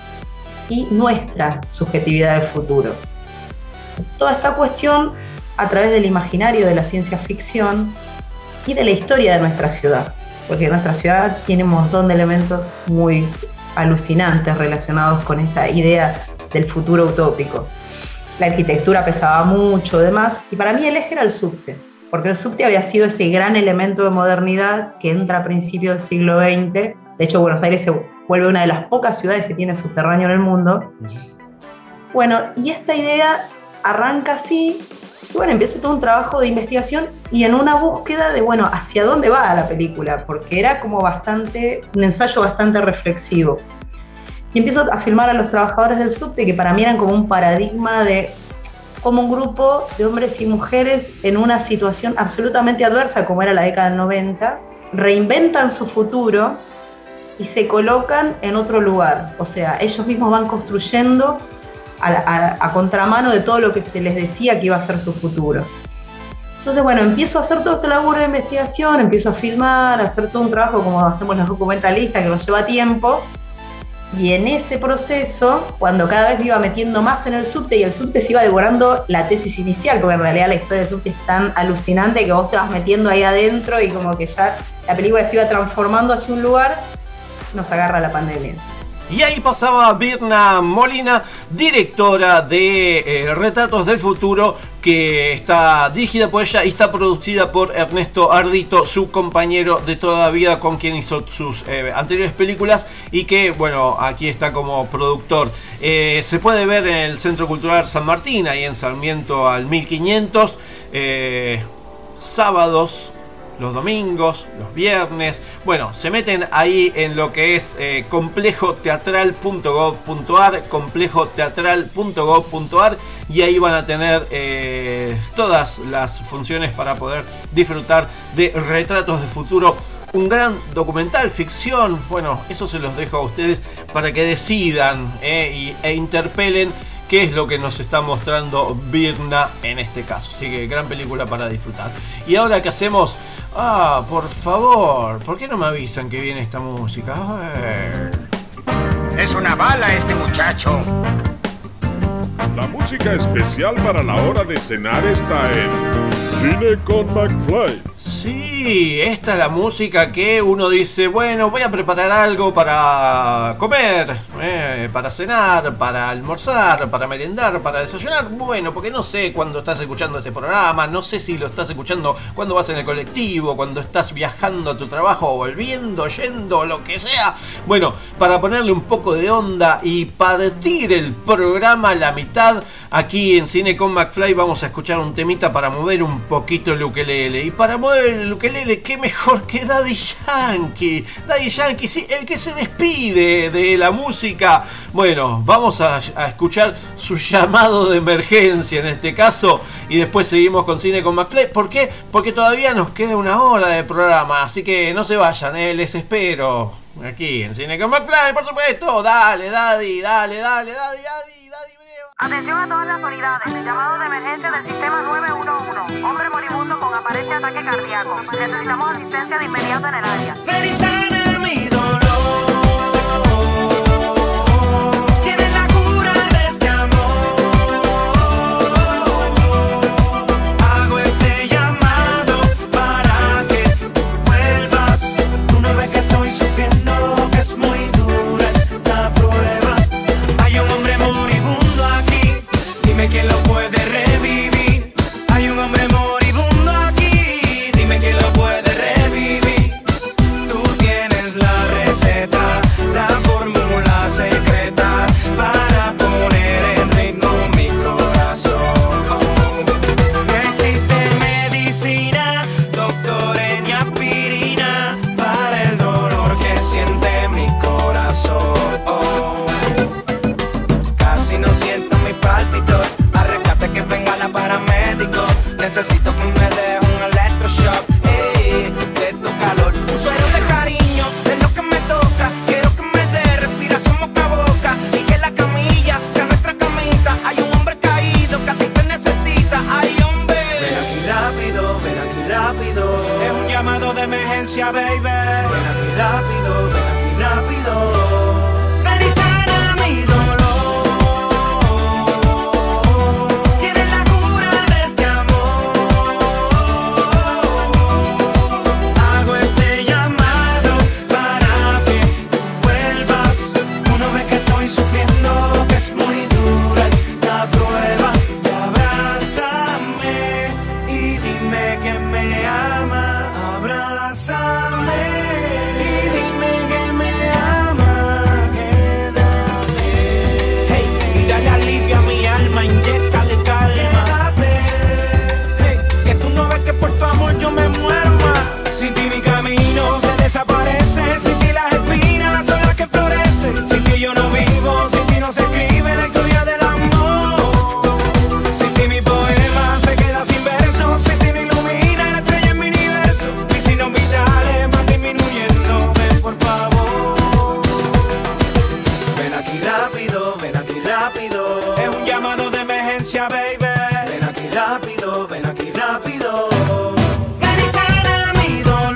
y nuestra subjetividad de futuro. Toda esta cuestión a través del imaginario de la ciencia ficción y de la historia de nuestra ciudad, porque nuestra ciudad tiene un montón de elementos muy alucinantes relacionados con esta idea del futuro utópico. La arquitectura pesaba mucho, demás, y para mí el eje era el subte, porque el subte había sido ese gran elemento de modernidad que entra a principios del siglo veinte. De hecho, Buenos Aires se vuelve una de las pocas ciudades que tiene subterráneo en el mundo. Bueno, y esta idea arranca así, y bueno, empiezo todo un trabajo de investigación y en una búsqueda de, bueno, hacia dónde va la película, porque era como bastante, un ensayo bastante reflexivo. Y empiezo a filmar a los trabajadores del subte, que para mí eran como un paradigma de cómo un grupo de hombres y mujeres en una situación absolutamente adversa, como era la década del noventa, reinventan su futuro y se colocan en otro lugar. O sea, ellos mismos van construyendo A, a, a contramano de todo lo que se les decía que iba a ser su futuro. Entonces, bueno, empiezo a hacer todo este laburo de investigación, empiezo a filmar, a hacer todo un trabajo como hacemos los documentalistas, que nos lleva tiempo, y en ese proceso, cuando cada vez me iba metiendo más en el subte, y el subte se iba devorando la tesis inicial, porque en realidad la historia del subte es tan alucinante que vos te vas metiendo ahí adentro y como que ya la película se iba transformando hacia un lugar, nos agarra la pandemia. Y ahí pasaba Birna Molina, directora de eh, Retratos del Futuro, que está dirigida por ella y está producida por Ernesto Ardito, su compañero de toda la vida con quien hizo sus eh, anteriores películas y que, bueno, aquí está como productor. Eh, se puede ver en el Centro Cultural San Martín, ahí en Sarmiento al mil quinientos, eh, sábados, los domingos, los viernes. Bueno, se meten ahí en lo que es eh, complejo teatral punto gov punto ar, complejo teatral punto gov punto ar, y ahí van a tener eh, todas las funciones para poder disfrutar de Retratos de Futuro, un gran documental, ficción. Bueno, eso se los dejo a ustedes para que decidan eh, y, e interpelen qué es lo que nos está mostrando Birna en este caso. Así que gran película para disfrutar. Y ahora, ¿qué hacemos? Ah, por favor, ¿por qué no me avisan que viene esta música? A ver. Es una bala este muchacho. La música especial para la hora de cenar está en Cine con McFly. Sí, esta es la música que uno dice, bueno, voy a preparar algo para comer, eh, para cenar, para almorzar, para merendar, para desayunar. Bueno, porque no sé cuándo estás escuchando este programa, no sé si lo estás escuchando cuando vas en el colectivo, cuando estás viajando a tu trabajo, o volviendo, yendo, lo que sea. Bueno, para ponerle un poco de onda y partir el programa a la mitad, aquí en Cine con McFly vamos a escuchar un temita para mover un poquito el ukelele. Y para mover el ukelele, qué mejor que Daddy Yankee. Daddy Yankee, sí, el que se despide de la música. Bueno, vamos a, a escuchar su llamado de emergencia en este caso. Y después seguimos con Cine con McFly. ¿Por qué? Porque todavía nos queda una hora de programa. Así que no se vayan, eh, les espero aquí en Cine con McFly, por supuesto. Dale, Daddy, dale, dale, Daddy, Daddy. Atención a todas las unidades. Llamado de emergencia del sistema nueve uno uno. Hombre moribundo con aparente ataque cardíaco. Necesitamos asistencia de inmediato en el área. Ven y sana mi dolor. Tienes la cura de este amor. Hago este llamado para que vuelvas. Tú no ves que estoy sufriendo, que es muy dura esta prueba. Hay un hombre moribundo aquí. Dime quién lo puede revivir. Hay un hombre moribundo aquí. Dime quién lo puede revivir. rápido. Es un llamado de emergencia, baby. Ven aquí rápido, ven aquí rápido. Ven y sana mi dolor. Tienes la cura de este amor. Hago este llamado para que vuelvas. Uno ve que estoy sufriendo, que es muy dura esta prueba. Y abrázame y dime que me ama. Abrázame y dime que me ama. Quédate. Hey, y dale alivio a mi alma, inyéctale calma. Quédate. Hey, que tú no ves que por tu amor yo me muero más. Sin ti mi camino se desaparece. Sin ti las espinas son las que florecen. Sin ti yo no vivo, sin ti no se escribe la historia del amor. Sin ti mi poema se queda sin versos. Sin ti no ilumina la estrella en mi universo. Mis signos vitales van disminuyendo. Ven por favor. Ven aquí rápido, ven aquí rápido. Es un llamado de emergencia, baby. Ven aquí rápido, ven aquí rápido. Ven y sana mi dolor.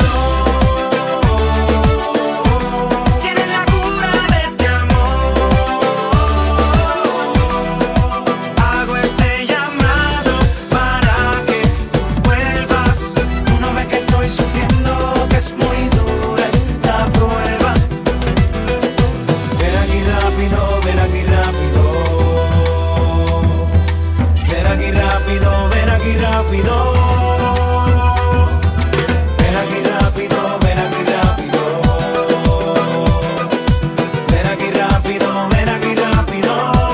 Tienes la cura de este amor. Hago este llamado para que vuelvas. Tú no ves que estoy sufriendo, que es muy dura esta prueba. Ven aquí rápido, ven aquí rápido. Ven aquí rápido, ven aquí rápido. Ven aquí rápido, ven aquí rápido. Ven aquí rápido, ven aquí rápido.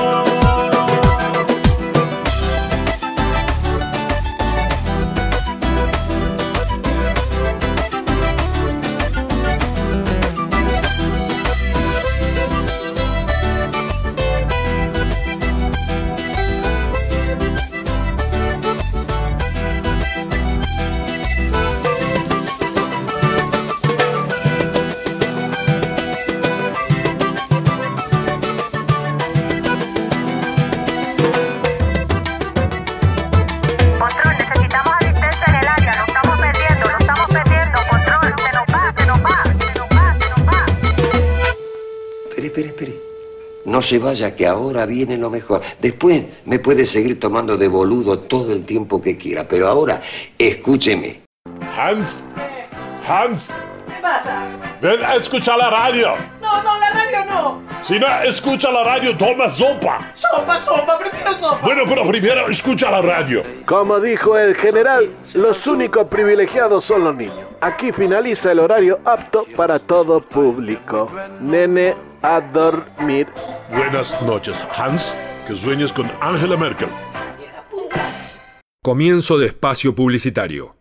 Control, necesitamos asistencia en el área. Lo estamos perdiendo, lo estamos perdiendo. Control, se nos va, se nos va, se nos va, se nos va. Espere, espere, espere. No se vaya, que ahora viene lo mejor. Después me puede seguir tomando de boludo todo el tiempo que quiera, pero ahora escúcheme. Hans, Hans, ¿Qué pasa? ven a escuchar la radio. No, no, la radio no. Si no escucha la radio, toma sopa. Sopa, sopa, prefiero sopa. Bueno, pero primero escucha la radio. Como dijo el general, los únicos privilegiados son los niños. Aquí finaliza el horario apto para todo público. Nene, a dormir. Buenas noches, Hans. Que sueñes con Angela Merkel. Comienzo de espacio publicitario.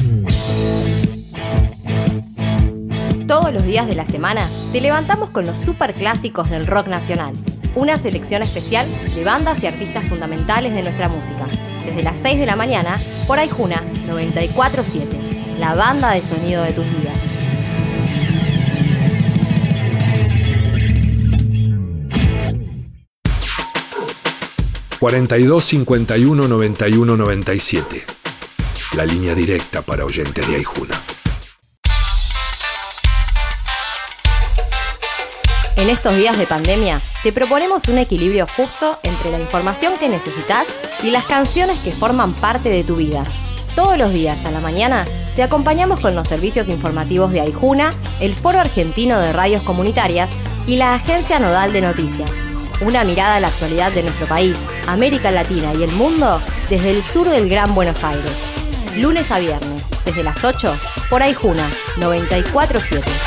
Todos los días de la semana te levantamos con los superclásicos del rock nacional. Una selección especial de bandas y artistas fundamentales de nuestra música. Desde las seis de la mañana por Aijuna noventa y cuatro punto siete. La banda de sonido de tus vidas. cuarenta y dos cincuenta y uno noventa y uno noventa y siete. La línea directa para oyentes de Aijuna. En estos días de pandemia, te proponemos un equilibrio justo entre la información que necesitas y las canciones que forman parte de tu vida. Todos los días a la mañana te acompañamos con los servicios informativos de Aijuna, el Foro Argentino de Radios Comunitarias y la Agencia Nodal de Noticias. Una mirada a la actualidad de nuestro país, América Latina y el mundo desde el sur del Gran Buenos Aires. Lunes a viernes, desde las ocho, por Aijuna noventa y cuatro punto siete.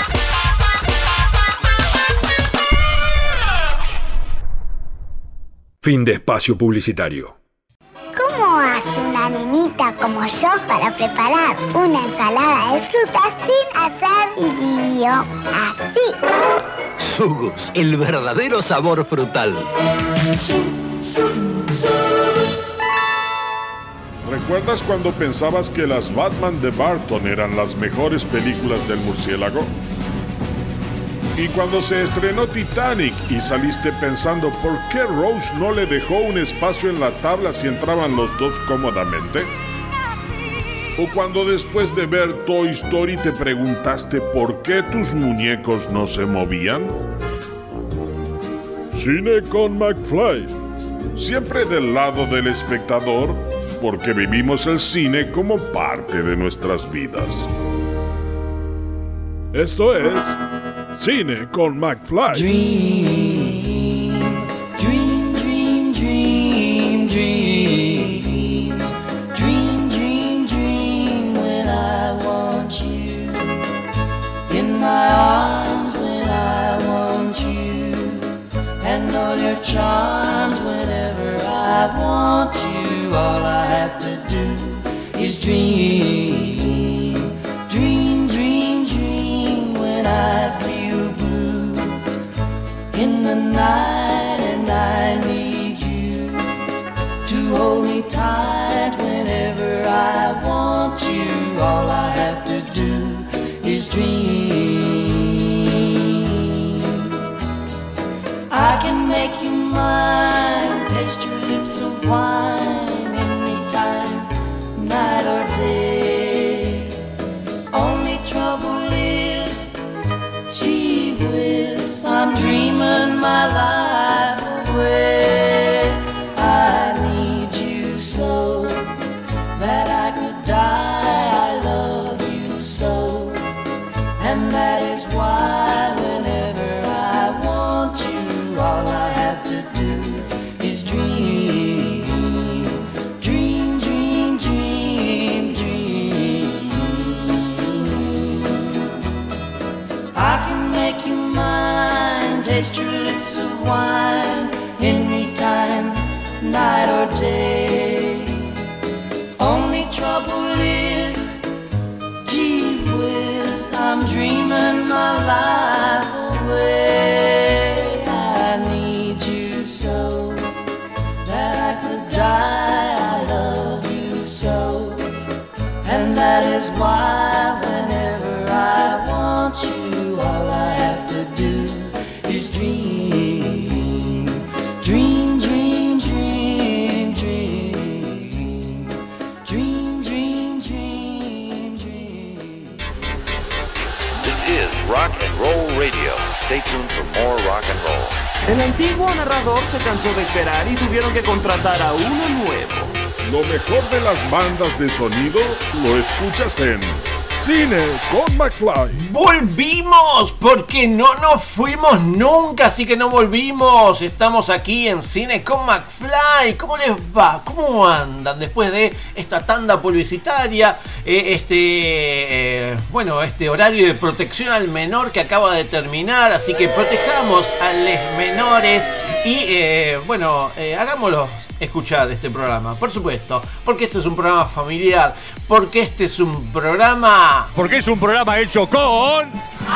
Fin de espacio publicitario. ¿Cómo hace una nenita como yo para preparar una ensalada de frutas sin hacer lío? Así. Sugus, el verdadero sabor frutal. ¿Recuerdas cuando pensabas que las Batman de Barton eran las mejores películas del murciélago? Y cuando se estrenó Titanic y saliste pensando ¿por qué Rose no le dejó un espacio en la tabla si entraban los dos cómodamente? O cuando después de ver Toy Story te preguntaste por qué tus muñecos no se movían. Cine con McFly. Siempre del lado del espectador, porque vivimos el cine como parte de nuestras vidas. Esto es Cine con McFly. Dream, dream, dream, dream, dream. Dream, dream, dream when I want you. In my arms when I want you. And all your charms whenever I want you. All I have to do is dream. Dream, dream, dream when I feel blue in the night and I need you to hold me tight whenever I want you. All I have to do is dream. I can make you mine, taste your lips of wine anytime, night or day. Only trouble is, gee whiz, I'm dreaming my life away. I need you so that I could die. I love you so, and that is why whenever I want you, all I have to do is dream. Dream, dream, dream, dream. I can make you mine, taste your lips of wine anytime, night or day. Only trouble is, gee whiz, I'm dreaming my life away. I need you so that I could die. I love you so, and that is why whenever I want you, all I have to do is dream. Dream, dream, dream, dream. Dream, dream, dream, dream. This is Rock and Roll Radio. Stay tuned for more rock and roll. El antiguo narrador se cansó de esperar y tuvieron que contratar a uno nuevo. Lo mejor de las bandas de sonido lo escuchas en Cine con McFly. ¡Volvimos! Porque no nos fuimos nunca, así que no volvimos. Estamos aquí en Cine con McFly. ¿Cómo les va? ¿Cómo andan después de esta tanda publicitaria? Eh, este, eh, bueno, este horario de protección al menor que acaba de terminar. Así que protejamos a los menores y, eh, bueno, eh, hagámoslo escuchar este programa, por supuesto, porque este es un programa familiar, porque este es un programa... Porque es un programa hecho con...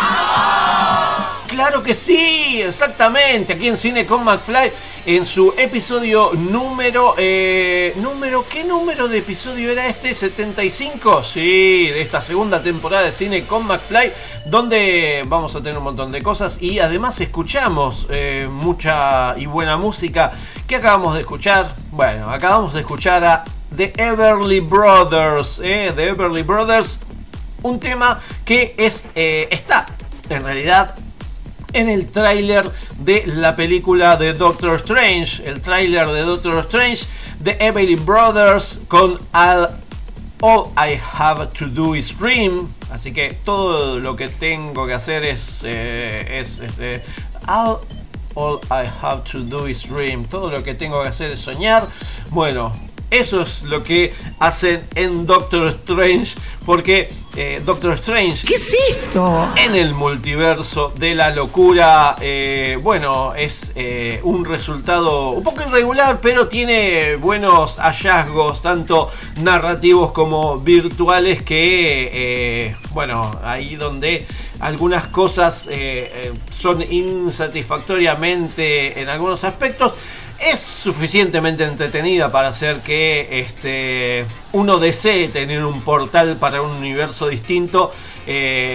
¡Claro que sí! Exactamente, aquí en Cine con McFly, en su episodio número... Eh, número ¿Qué número de episodio era este? ¿setenta y cinco? Sí, de esta segunda temporada de Cine con McFly, donde vamos a tener un montón de cosas y además escuchamos eh, mucha y buena música. ¿Qué acabamos de escuchar? Bueno, acabamos de escuchar a The Everly Brothers, eh, The Everly Brothers, un tema que es eh, está en realidad en el tráiler de la película de Doctor Strange, el tráiler de Doctor Strange, The Everly Brothers con All, All I Have to Do Is Dream. Así que todo lo que tengo que hacer es, eh, es este, All, All I Have to Do Is Dream. Todo lo que tengo que hacer es soñar. Bueno, eso es lo que hacen en Doctor Strange, porque eh, Doctor Strange... ¿Qué es esto? En el multiverso de la locura, eh, bueno, es eh, un resultado un poco irregular, pero tiene buenos hallazgos, tanto narrativos como virtuales, que, eh, bueno, ahí donde algunas cosas eh, eh, son insatisfactoriamente en algunos aspectos, es suficientemente entretenida para hacer que este, uno desee tener un portal para un universo distinto. Eh,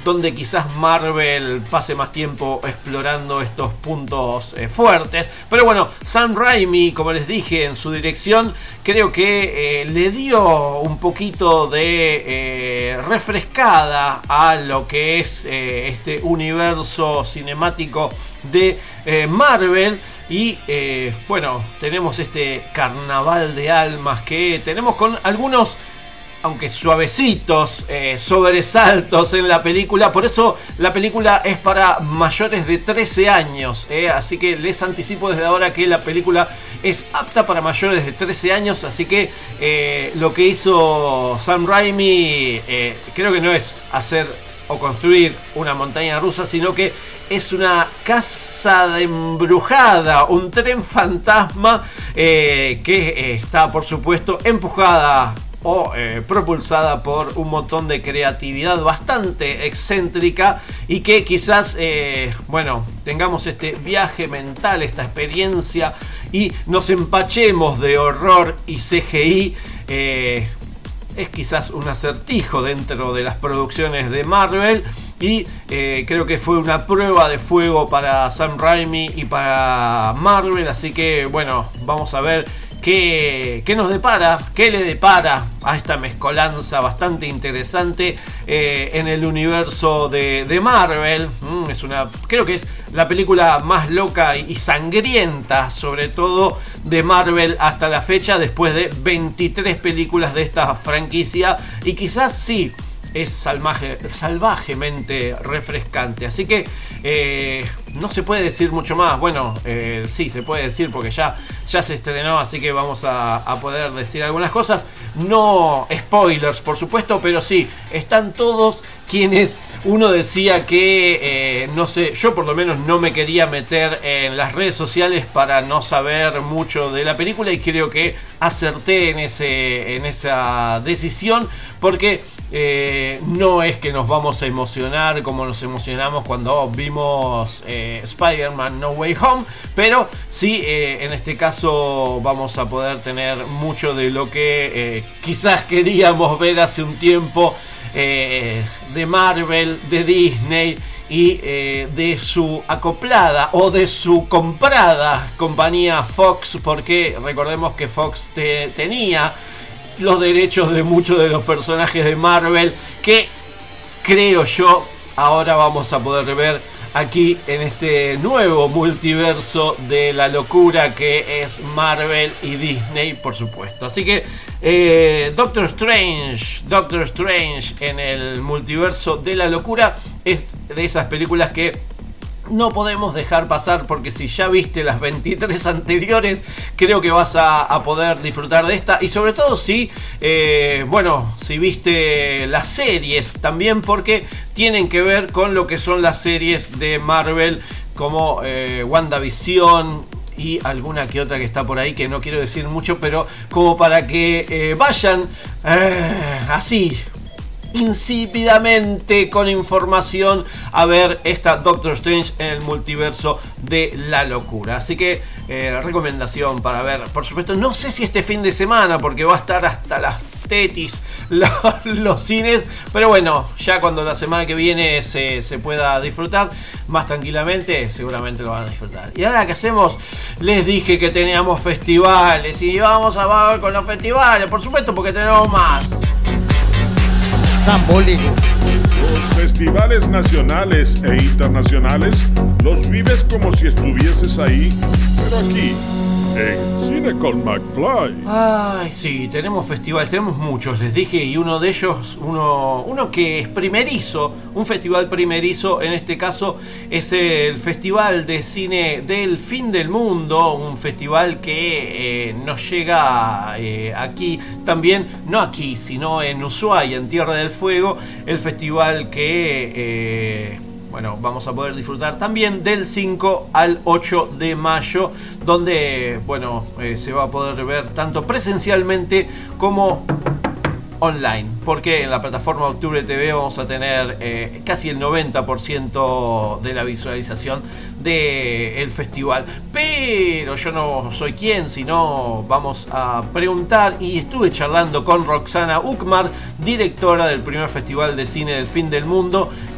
donde quizás Marvel pase más tiempo explorando estos puntos eh, fuertes. Pero bueno, Sam Raimi, como les dije, en su dirección, creo que eh, le dio un poquito de eh, refrescada a lo que es eh, este universo cinemático de eh, Marvel. Y eh, bueno, tenemos este carnaval de almas que tenemos con algunos, aunque suavecitos, eh, sobresaltos en la película. Por eso la película es para mayores de trece años. Eh, así que les anticipo desde ahora que la película es apta para mayores de trece años. Así que eh, lo que hizo Sam Raimi eh, creo que no es hacer o construir una montaña rusa, sino que es una casa de embrujada, un tren fantasma eh, que eh, está, por supuesto, empujada o eh, propulsada por un montón de creatividad bastante excéntrica, y que quizás, eh, bueno, tengamos este viaje mental, esta experiencia, y nos empachemos de horror y C G I. Eh, es quizás un acertijo dentro de las producciones de Marvel. Y eh, creo que fue una prueba de fuego para Sam Raimi y para Marvel. Así que bueno, vamos a ver qué, qué nos depara, qué le depara a esta mezcolanza bastante interesante eh, en el universo de, de Marvel. Mm, es una, creo que es la película más loca y sangrienta, sobre todo, de Marvel hasta la fecha, después de veintitrés películas de esta franquicia. Y quizás sí, es salvaje, salvajemente refrescante. Así que eh, no se puede decir mucho más. Bueno, eh, sí, se puede decir porque ya, ya se estrenó, así que vamos a, a poder decir algunas cosas. No spoilers, por supuesto, pero sí, están todos quienes uno decía que, eh, no sé, yo por lo menos no me quería meter en las redes sociales para no saber mucho de la película, y creo que acerté en, ese, en esa decisión, porque eh, no es que nos vamos a emocionar como nos emocionamos cuando vimos eh, Spider-Man No Way Home, pero sí, eh, en este caso vamos a poder tener mucho de lo que eh, quizás queríamos ver hace un tiempo, eh, de Marvel, de Disney y eh, de su acoplada o de su comprada compañía Fox, porque recordemos que Fox te, tenía los derechos de muchos de los personajes de Marvel que, creo yo, ahora vamos a poder ver aquí en este nuevo multiverso de la locura que es Marvel y Disney, por supuesto. Así que eh, Doctor Strange, Doctor Strange en el multiverso de la locura es de esas películas que no podemos dejar pasar, porque si ya viste las veintitrés anteriores, creo que vas a, a poder disfrutar de esta. Y sobre todo si, eh, bueno, si viste las series también, porque tienen que ver con lo que son las series de Marvel, como eh, WandaVision y alguna que otra que está por ahí, que no quiero decir mucho, pero como para que eh, vayan eh, así insípidamente con información a ver esta Doctor Strange en el multiverso de la locura. Así que eh, recomendación para ver, por supuesto, no sé si este fin de semana, porque va a estar hasta las tetis los, los cines, pero bueno, ya cuando la semana que viene se, se pueda disfrutar más tranquilamente, seguramente lo van a disfrutar. Y ahora, ¿qué hacemos? Les dije que teníamos festivales y vamos a ver con los festivales, por supuesto, porque tenemos más. Los festivales nacionales e internacionales los vives como si estuvieses ahí, pero aquí, en Cine con McFly. Ay, sí, tenemos festivales, tenemos muchos, les dije, y uno de ellos, uno, uno que es primerizo, un festival primerizo, en este caso es el Festival de Cine del Fin del Mundo, un festival que eh, nos llega eh, aquí también, no aquí, sino en Ushuaia, en Tierra del Fuego, el festival que... Eh, bueno, vamos a poder disfrutar también del cinco al ocho de mayo, donde, bueno, eh, se va a poder ver tanto presencialmente como online, porque en la plataforma Octubre T V vamos a tener eh, casi el noventa por ciento de la visualización del festival. Pero yo no soy quien, sino vamos a preguntar, y estuve charlando con Roxana Uckmar, directora del primer Festival de Cine del Fin del Mundo,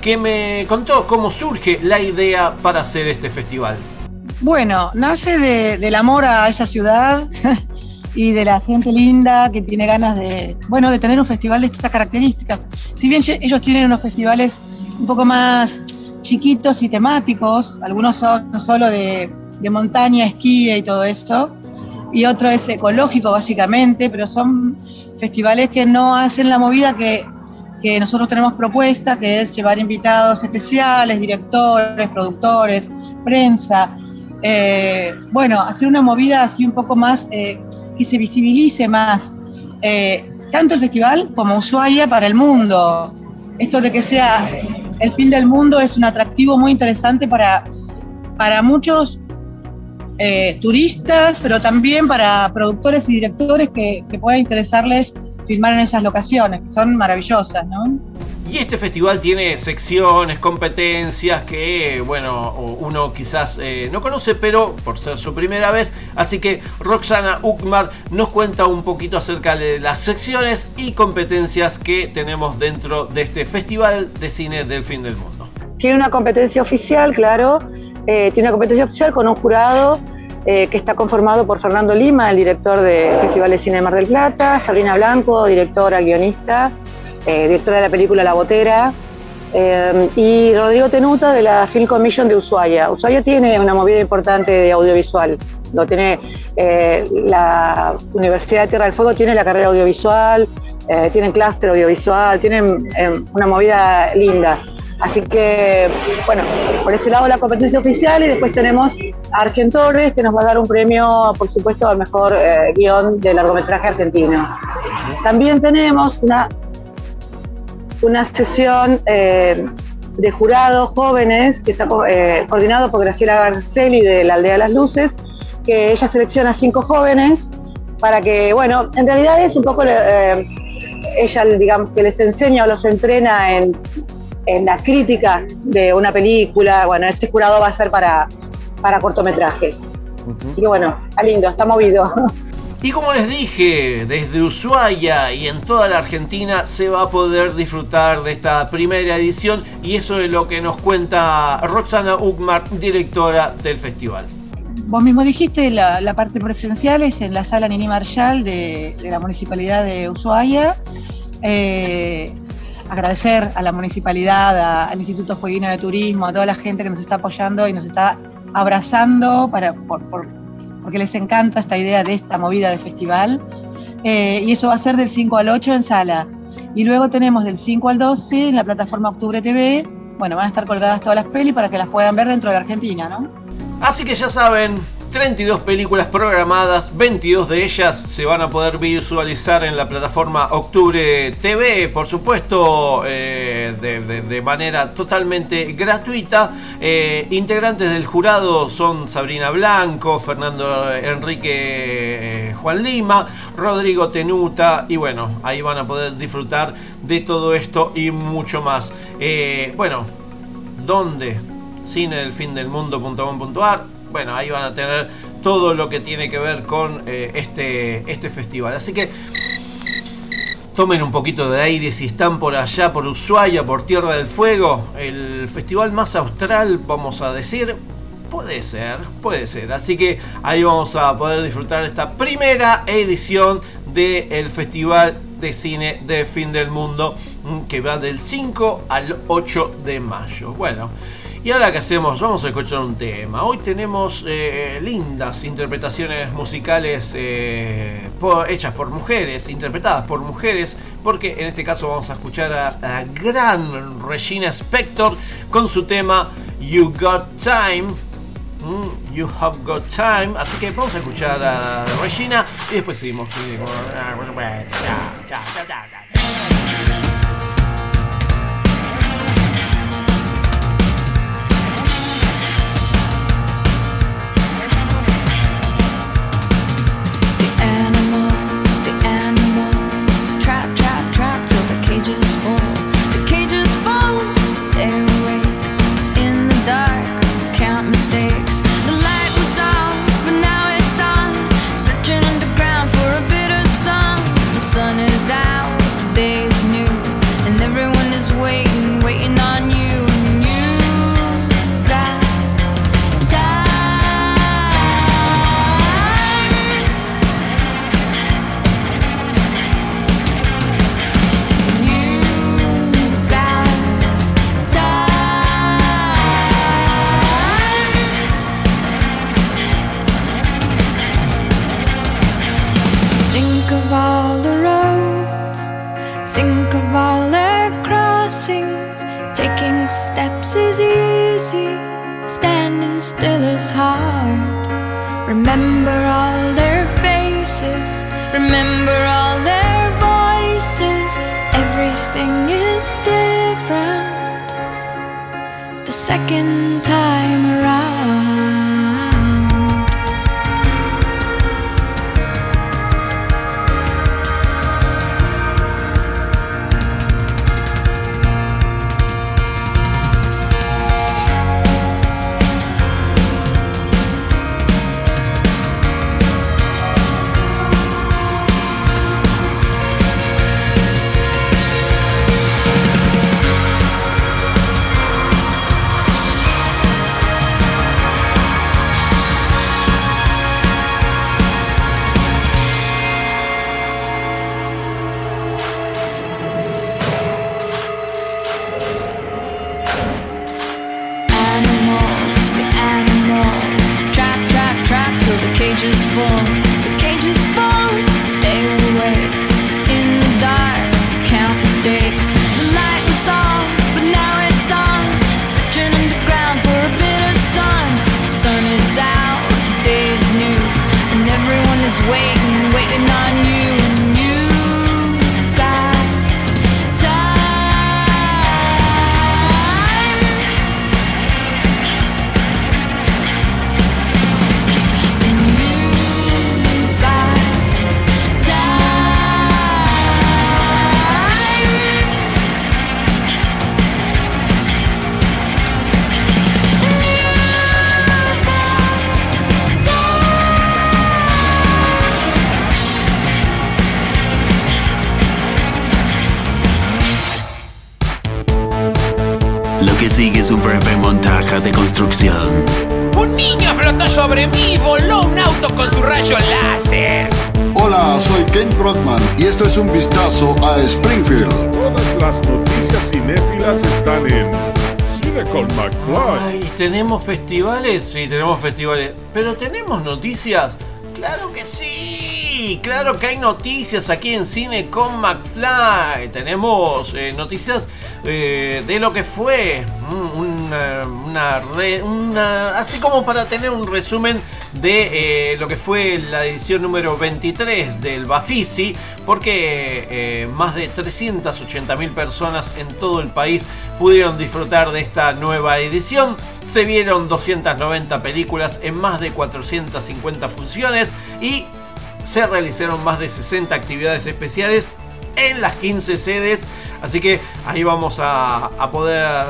que me contó cómo surge la idea para hacer este festival. Bueno, nace de, del amor a esa ciudad y de la gente linda que tiene ganas de, bueno, de tener un festival de estas características. Si bien ellos tienen unos festivales un poco más chiquitos y temáticos, algunos son solo de, de montaña, esquí y todo eso, y otro es ecológico básicamente, pero son festivales que no hacen la movida que, que nosotros tenemos propuesta, que es llevar invitados especiales, directores, productores, prensa, eh, bueno, hacer una movida así un poco más, eh, que se visibilice más, eh, tanto el festival como Ushuaia para el mundo. Esto de que sea el fin del mundo es un atractivo muy interesante para, para muchos eh, turistas, pero también para productores y directores que, que pueda interesarles filmar en esas locaciones, que son maravillosas, ¿no? Y este festival tiene secciones, competencias que, bueno, uno quizás eh, no conoce, pero por ser su primera vez. Así que Roxana Uckmar nos cuenta un poquito acerca de las secciones y competencias que tenemos dentro de este Festival de Cine del Fin del Mundo. Tiene una competencia oficial, claro. Eh, tiene una competencia oficial con un jurado eh, que está conformado por Fernando Lima, el director del Festival de Cine de Mar del Plata, Sabrina Blanco, directora, guionista, Eh, directora de la película La Botera, eh, y Rodrigo Tenuta de la Film Commission de Ushuaia. Ushuaia tiene una movida importante de audiovisual. Lo tiene eh, la Universidad de Tierra del Fuego, tiene la carrera audiovisual, eh, tienen clúster audiovisual, tienen eh, una movida linda. Así que, bueno, por ese lado la competencia oficial, y después tenemos a Argen Torres, que nos va a dar un premio, por supuesto, al mejor eh, guión de largometraje argentino. También tenemos una una sesión eh, de jurados jóvenes que está eh, coordinado por Graciela Garcelli de la Aldea de las Luces, que ella selecciona cinco jóvenes para que, bueno, en realidad es un poco eh, ella, digamos, que les enseña o los entrena en, en la crítica de una película. Bueno, este jurado va a ser para, para cortometrajes. Uh-huh. Así que bueno, está lindo, está movido. Y como les dije, desde Ushuaia y en toda la Argentina se va a poder disfrutar de esta primera edición, y eso es lo que nos cuenta Roxana Uckmar, directora del festival. Vos mismo dijiste, la, la parte presencial es en la sala Nini Marshall de, de la Municipalidad de Ushuaia. Eh, agradecer a la Municipalidad, a, al Instituto Fueguino de Turismo, a toda la gente que nos está apoyando y nos está abrazando para, por, por porque les encanta esta idea de esta movida de festival, eh, y eso va a ser del cinco al ocho en sala, y luego tenemos del cinco al doce en la plataforma Octubre T V. Bueno, van a estar colgadas todas las pelis para que las puedan ver dentro de la Argentina, ¿no? Así que ya saben, treinta y dos películas programadas, veintidós de ellas se van a poder visualizar en la plataforma Octubre T V, por supuesto, eh, de, de, de manera totalmente gratuita. Eh, integrantes del jurado son Sabrina Blanco, Fernando Enrique eh, Juan Lima, Rodrigo Tenuta, y bueno, ahí van a poder disfrutar de todo esto y mucho más. Eh, bueno, ¿dónde? cine del fin del mundo punto com punto a r. Bueno, ahí van a tener todo lo que tiene que ver con eh, este, este festival. Así que tomen un poquito de aire si están por allá, por Ushuaia, por Tierra del Fuego. El festival más austral, vamos a decir. Puede ser, puede ser. Así que ahí vamos a poder disfrutar esta primera edición del Festival de Cine de Fin del Mundo, que va del cinco al ocho de mayo. Bueno, y ahora que hacemos, vamos a escuchar un tema. Hoy tenemos eh, lindas interpretaciones musicales eh, por, hechas por mujeres, interpretadas por mujeres, porque en este caso vamos a escuchar a la gran Regina Spektor con su tema You Got Time. Mm, you Have Got Time. Así que vamos a escuchar a Regina y después seguimos. Chao, chao, chao. Sun is out, the day is new, and everyone is waiting, waiting on you. Silence is easy, standing still is hard. Remember all their faces, remember all their voices. Everything is different the second time around. Sigue su breve montaje de construcción. ¡Un niño flotó sobre mí y voló un auto con su rayo láser! Hola, soy Ken Brockman y esto es un vistazo a Springfield. Todas las noticias cinéfilas están en Cine con McFly. Ay, ¿tenemos festivales? Sí, tenemos festivales. ¿Pero tenemos noticias? ¡Claro que sí! ¡Claro que hay noticias aquí en Cine con McFly! Tenemos eh, noticias eh, de lo que fue una, una, re, una así como para tener un resumen de eh, lo que fue la edición número veintitrés del Bafisi, porque eh, más de trescientas ochenta mil personas en todo el país pudieron disfrutar de esta nueva edición. Se vieron doscientas noventa películas en más de cuatrocientas cincuenta funciones y se realizaron más de sesenta actividades especiales en las quince sedes. Así que ahí vamos a, a poder...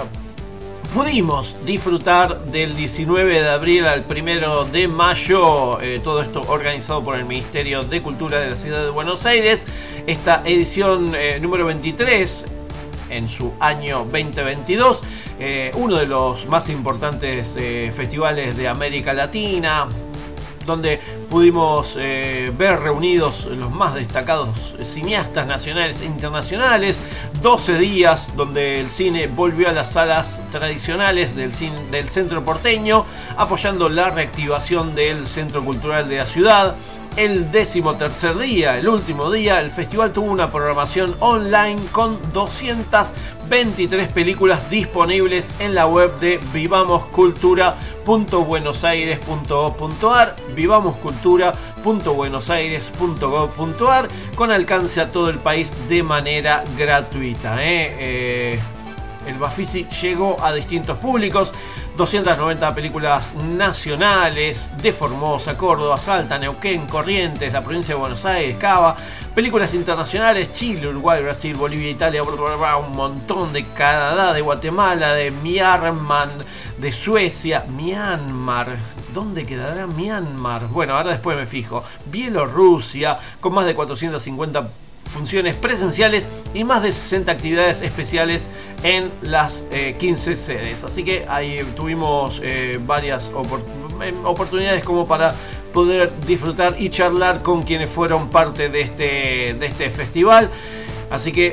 Pudimos disfrutar del diecinueve de abril al primero de mayo, eh, todo esto organizado por el Ministerio de Cultura de la Ciudad de Buenos Aires. Esta edición eh, número veintitrés en su año veinte veintidós, eh, uno de los más importantes eh, festivales de América Latina, donde pudimos eh, ver reunidos los más destacados cineastas nacionales e internacionales. doce días donde el cine volvió a las salas tradicionales del, cine, del centro porteño, apoyando la reactivación del centro cultural de la ciudad. El décimo tercer día, el último día, el festival tuvo una programación online con doscientas veintitrés películas disponibles en la web de vivamos cultura punto buenos aires punto gov punto ar, vivamos cultura punto buenos aires punto gov punto ar, con alcance a todo el país de manera gratuita. ¿eh? Eh, el Bafisi llegó a distintos públicos. doscientas noventa películas nacionales de Formosa, Córdoba, Salta, Neuquén, Corrientes, la provincia de Buenos Aires, Cava. Películas internacionales, Chile, Uruguay, Brasil, Bolivia, Italia, un montón de Canadá, de Guatemala, de Myanmar, de Suecia, Myanmar. ¿Dónde quedará Myanmar? Bueno, ahora después me fijo. Bielorrusia, con más de cuatrocientas cincuenta funciones presenciales y más de sesenta actividades especiales en las eh, quince sedes. Así que ahí tuvimos eh, varias opor- oportunidades como para poder disfrutar y charlar con quienes fueron parte de este, de este festival. Así que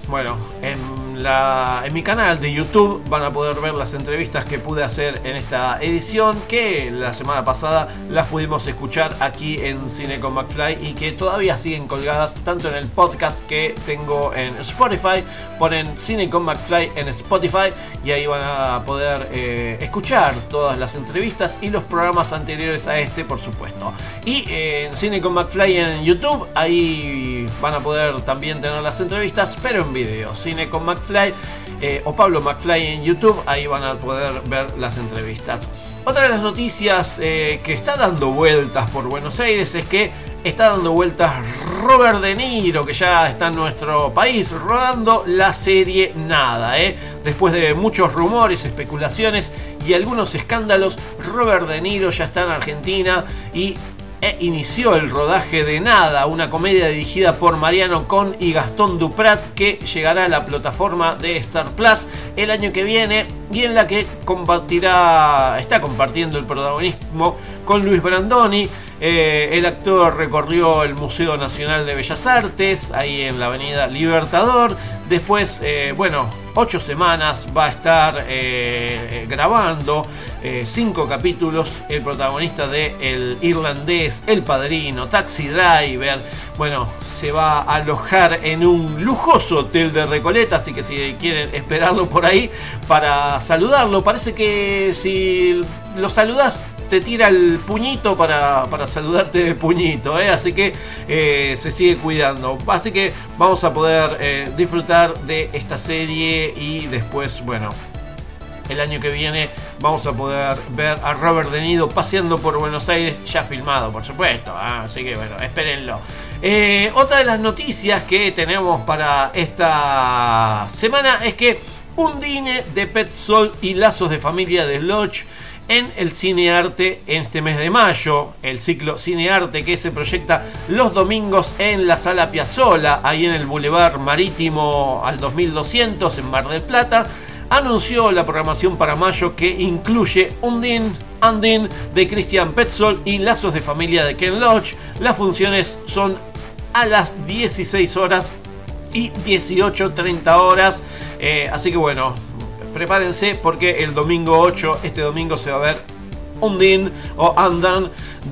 bueno, en, la, en mi canal de YouTube van a poder ver las entrevistas que pude hacer en esta edición, que la semana pasada las pudimos escuchar aquí en Cine con McFly y que todavía siguen colgadas tanto en el podcast que tengo en Spotify. Ponen Cine con McFly en Spotify y ahí van a poder eh, escuchar todas las entrevistas y los programas anteriores a este, por supuesto. Y eh, en Cine con McFly en YouTube, ahí van a poder también tener las entrevistas, pero en video. Cine con McFly eh, o Pablo McFly en YouTube, ahí van a poder ver las entrevistas. Otra de las noticias eh, que está dando vueltas por Buenos Aires es que está dando vueltas Robert De Niro, que ya está en nuestro país rodando la serie Nada. ¿eh? Después de muchos rumores, especulaciones y algunos escándalos, Robert De Niro ya está en Argentina y e inició el rodaje de Nada, una comedia dirigida por Mariano Con y Gastón Duprat, que llegará a la plataforma de Star Plus el año que viene y en la que compartirá, está compartiendo el protagonismo con Luis Brandoni. Eh, el actor recorrió el Museo Nacional de Bellas Artes, ahí en la avenida Libertador. Después, eh, bueno, ocho semanas va a estar eh, grabando eh, cinco capítulos. El protagonista de El Irlandés, El Padrino, Taxi Driver, bueno, se va a alojar en un lujoso hotel de Recoleta, así que si quieren esperarlo por ahí para saludarlo, parece que si lo saludás te tira el puñito para, para saludarte de puñito, ¿eh? Así que eh, se sigue cuidando. Así que vamos a poder eh, disfrutar de esta serie y después, bueno, el año que viene vamos a poder ver a Robert De Niro paseando por Buenos Aires, ya filmado, por supuesto. ¿eh? Así que bueno, espérenlo. Eh, otra de las noticias que tenemos para esta semana es que Undine de Petzold y Lazos de Familia de Lodge en el Cinearte en este mes de mayo. El ciclo Cinearte, que se proyecta los domingos en la Sala Piazzolla, ahí en el Boulevard Marítimo al dos mil doscientos en Mar del Plata, anunció la programación para mayo, que incluye Undine, Undine de Christian Petzold y Lazos de Familia de Ken Loach. Las funciones son a las dieciséis horas y dieciocho treinta horas, eh, así que bueno, prepárense porque el domingo ocho, este domingo, se va a ver Undine o Undine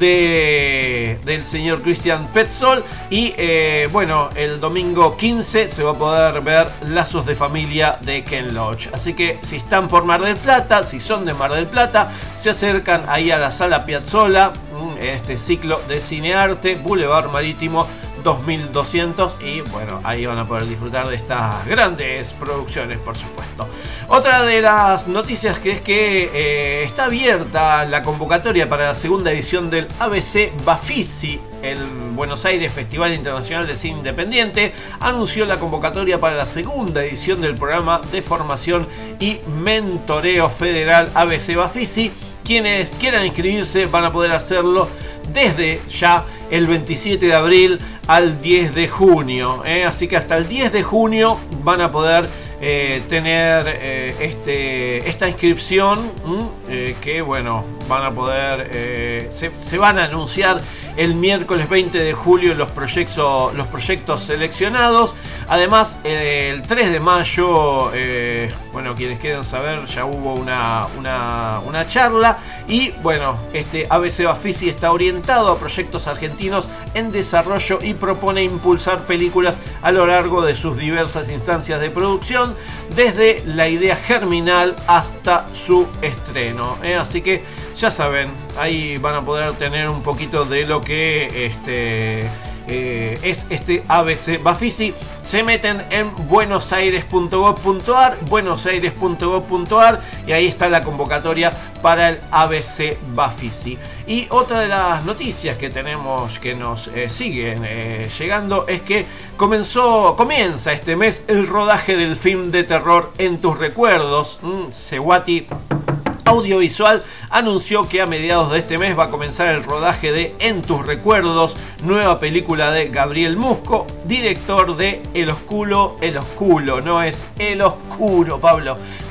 de, del señor Christian Petzold. Y eh, bueno, el domingo quince se va a poder ver Lazos de Familia de Ken Loach. Así que si están por Mar del Plata, si son de Mar del Plata, se acercan ahí a la Sala Piazzolla, este ciclo de Cinearte, Boulevard Marítimo dos mil doscientos, y bueno, ahí van a poder disfrutar de estas grandes producciones, por supuesto. Otra de las noticias que es que eh, está abierta la convocatoria para la segunda edición del A B C Bafisi, el Buenos Aires Festival Internacional de Cine Independiente. Anunció la convocatoria para la segunda edición del programa de formación y mentoreo federal A B C Bafisi. Quienes quieran inscribirse van a poder hacerlo desde ya el veintisiete de abril al diez de junio. ¿eh? Así que hasta el diez de junio van a poder eh, tener eh, este, esta inscripción eh, que bueno, van a poder, eh, se, se van a anunciar el miércoles veinte de julio los proyectos, los proyectos seleccionados. Además, eh, el tres de mayo, eh, bueno, quienes quieran saber, ya hubo una, una, una charla. Y bueno, este A B C Bafisi está orientado a proyectos argentinos en desarrollo y propone impulsar películas a lo largo de sus diversas instancias de producción, desde la idea germinal hasta su estreno. ¿eh? Así que ya saben, ahí van a poder tener un poquito de lo que este, eh, es este A B C Bafisi. Se meten en buenosaires punto gov punto ar, buenosaires punto gov punto ar, y ahí está la convocatoria para el A B C Bafisi. Y otra de las noticias que tenemos, que nos eh, siguen eh, llegando, es que comenzó, comienza este mes el rodaje del film de terror En tus recuerdos. Mm, Sewati Audiovisual anunció que a mediados de este mes va a comenzar el rodaje de En tus recuerdos, nueva película de Gabriel Musco, director de El Oscuro, El Oscuro, no es El Oscuro, Pablo,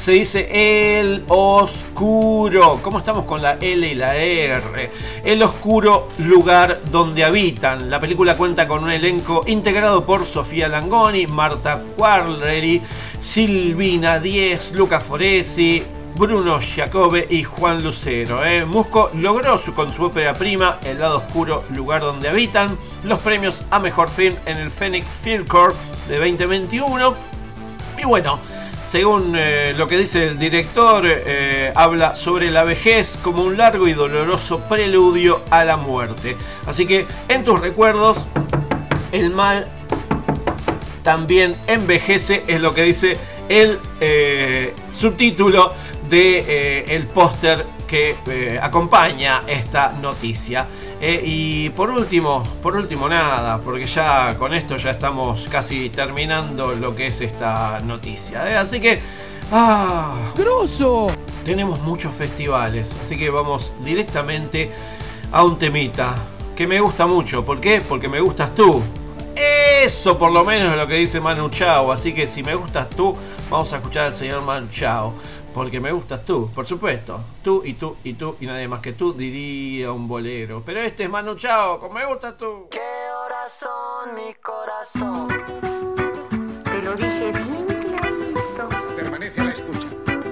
se dice el oscuro. ¿Cómo estamos con la L y la R? El oscuro lugar donde habitan. La película cuenta con un elenco integrado por Sofía Langoni, Marta Quarleri, Silvina Díez, Luca Foresi, Bruno Giacobbe y Juan Lucero. ¿eh? Musco logró su, con su ópera prima El lado oscuro lugar donde habitan los premios a mejor film en el Phoenix Film Corps de veinte veintiuno. Y bueno, según eh, lo que dice el director, eh, habla sobre la vejez como un largo y doloroso preludio a la muerte. Así que en tus recuerdos, el mal también envejece, es lo que dice el eh, subtítulo de eh, el póster que eh, acompaña esta noticia. Eh, y por último, por último nada, porque ya con esto ya estamos casi terminando lo que es esta noticia. Eh, así que, ¡ah! ¡Grosso! Tenemos muchos festivales, así que vamos directamente a un temita que me gusta mucho. ¿Por qué? Porque me gustas tú. Eso por lo menos es lo que dice Manu Chao. Así que si me gustas tú, vamos a escuchar al señor Manu Chao. Porque me gustas tú, por supuesto. Tú y tú y tú y nadie más que tú, diría un bolero. Pero este es Manu Chao, con me gustas tú. ¿Qué horas son, mi corazón? Te lo dije bien clarito. Permanece a la escucha.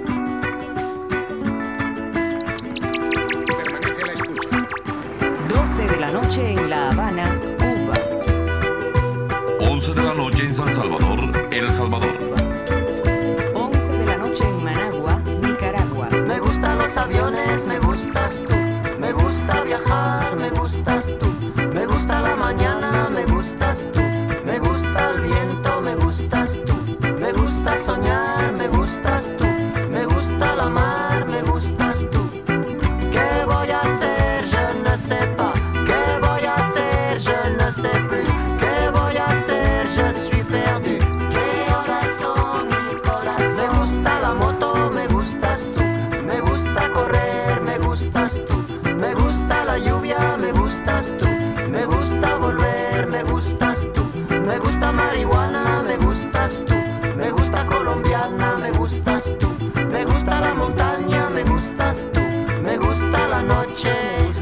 Permanece a la escucha. doce de la noche en La Habana, Cuba. once de la noche en San Salvador, El Salvador. once de la noche en Managua, Nicaragua. Me gustan los aviones, me gustas tú. Me gusta viajar, me gustas tú. Me gusta la mañana, me gustas tú. Me gusta el viento, me gustas tú. Me gusta soñar, me gustas tú. Me gusta la mar, me gustas tú. ¿Qué voy a hacer? Je ne sais pas. ¿Qué voy a hacer? Je ne sais plus. ¿Qué voy a hacer? Je suis perdu. ¿Qué horas son, mi corazón? Me gusta la moto, me gustas tú. Me gusta correr, me gustas tú. Me gusta la lluvia, me gustas tú. Me gusta volver, me gustas tú. Me gusta marihuana, me gustas tú. Me gusta colombiana, me gustas tú. Me gusta la montaña, me gustas tú. Me gusta la noche.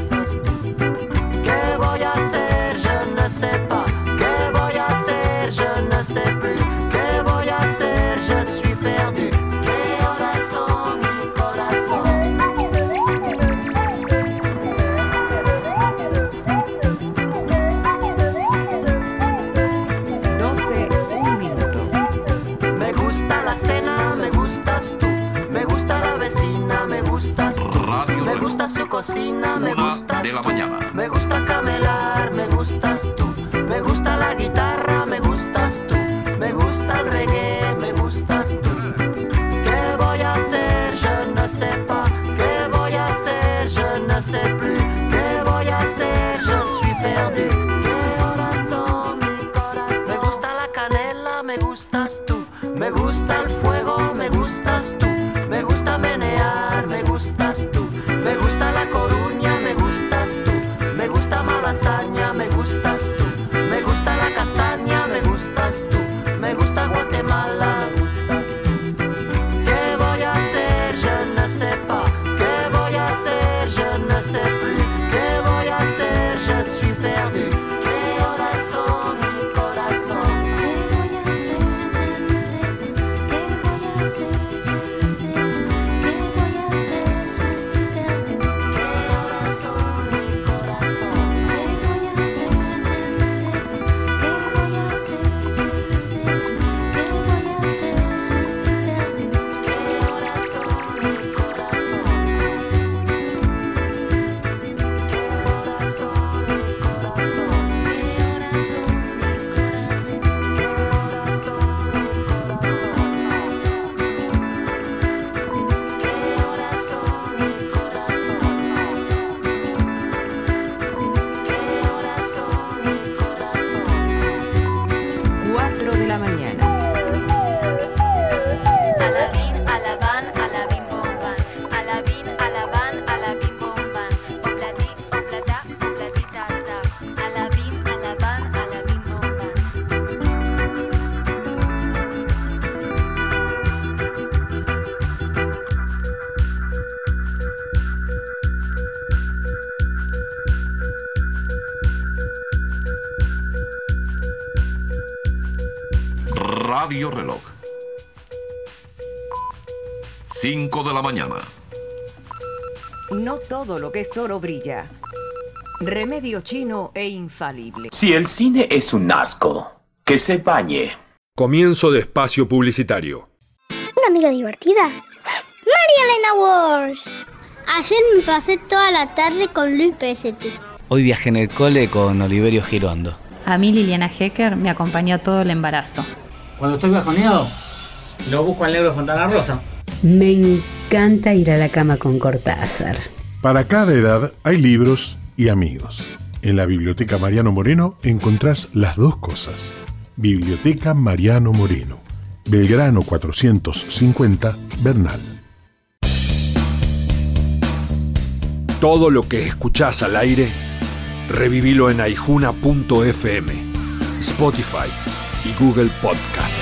¿Qué voy a hacer? Je ne sais pas. ¿Qué voy a hacer? Je ne sais plus. ¿Qué voy a hacer? Je suis perdu. ¿Qué horas son, mi corazón? doce, un minuto. Me gusta la cena, me gustas tú. Me gusta la vecina, me gustas tú. Radio Me gusta su cocina, me Una gustas de la tú. mañana. Me gusta camelar, me gustas tú. Me gusta la guitarra, me gustas tú. Me gusta el reggae, me gustas tú. ¿Qué voy a hacer? Je ne sais pas. ¿Qué voy a hacer? Je ne sais plus. ¿Qué voy a hacer? Je suis perdu. ¿Qué horas son, mi corazón? Me gusta la canela, me gustas tú. Me gusta el fuego, me gustas tú. Me gusta menear, me gustas tú. Me gusta la Coruña, me gustas tú. Me gusta Malasaña, me gustas tú. Me gusta la castaña. Radio Reloj. cinco de la mañana. No todo lo que es oro brilla. Remedio chino e infalible. Si el cine es un asco, que se bañe. Comienzo de espacio publicitario. Una amiga divertida. María Elena Wars. Ayer me pasé toda la tarde con Luis P S T. Hoy viajé en el cole con Oliverio Girondo. A mí Liliana Hecker me acompañó todo el embarazo. Cuando estoy bajoneado, lo busco en Negro Fontana Rosa. Me encanta ir a la cama con Cortázar. Para cada edad hay libros y amigos. En la Biblioteca Mariano Moreno encontrás las dos cosas. Biblioteca Mariano Moreno, Belgrano cuatrocientos cincuenta, Bernal. Todo lo que escuchás al aire, revivilo en aijuna punto efe eme, Spotify y Google Podcast.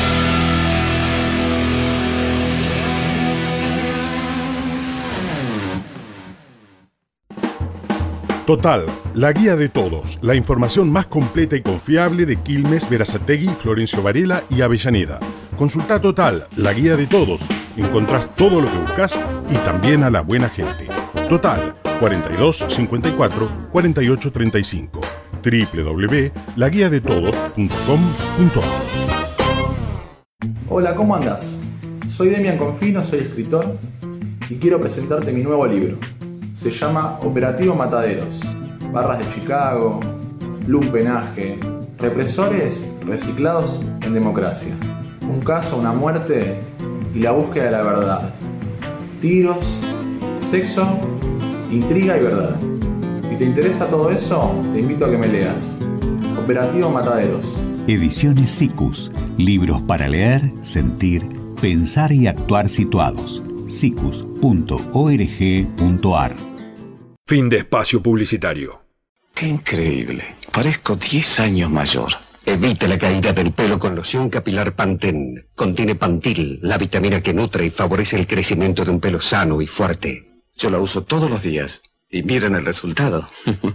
Total, la guía de todos, la información más completa y confiable de Quilmes, Berazategui, Florencio Varela y Avellaneda. Consulta Total, la guía de todos. Encontrás todo lo que buscas y también a la buena gente. Total, cuarenta y dos cincuenta y cuatro cuarenta y ocho treinta y cinco. doble u doble u doble u punto la guía de todos punto com punto a. Hola, ¿cómo andás? Soy Demian Confino, soy escritor y quiero presentarte mi nuevo libro. Se llama Operativo Mataderos. Barras de Chicago, lumpenaje, represores reciclados en democracia. Un caso, una muerte y la búsqueda de la verdad. Tiros, sexo, intriga y verdad. Si te interesa todo eso, te invito a que me leas. Operativo Mataderos. Ediciones Sicus. Libros para leer, sentir, pensar y actuar situados. sicus punto org punto ar. Fin de espacio publicitario. ¡Qué increíble! Parezco diez años mayor. Evite la caída del pelo con loción capilar Pantene. Contiene Pantil, la vitamina que nutre y favorece el crecimiento de un pelo sano y fuerte. Yo la uso todos los días y miren el resultado.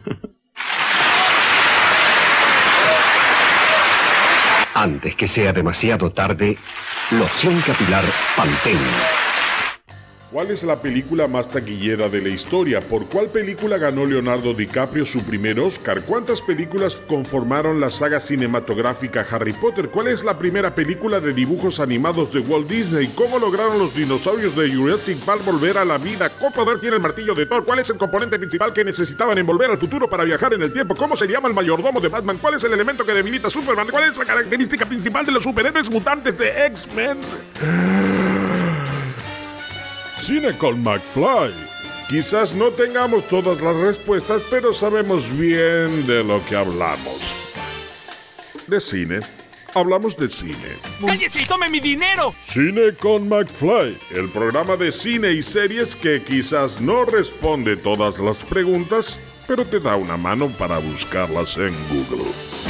Antes que sea demasiado tarde, loción capilar Pantene. ¿Cuál es la película más taquillera de la historia? ¿Por cuál película ganó Leonardo DiCaprio su primer Oscar? ¿Cuántas películas conformaron la saga cinematográfica Harry Potter? ¿Cuál es la primera película de dibujos animados de Walt Disney? ¿Cómo lograron los dinosaurios de Jurassic Park volver a la vida? ¿Qué poder tiene el martillo de Thor? ¿Cuál es el componente principal que necesitaban en Volver al Futuro para viajar en el tiempo? ¿Cómo se llama el mayordomo de Batman? ¿Cuál es el elemento que debilita a Superman? ¿Cuál es la característica principal de los superhéroes mutantes de X-Men? Cine con McFly. Quizás no tengamos todas las respuestas, pero sabemos bien de lo que hablamos. De cine. Hablamos de cine. ¡Cállese y tome mi dinero! Cine con McFly, el programa de cine y series que quizás no responde todas las preguntas, pero te da una mano para buscarlas en Google.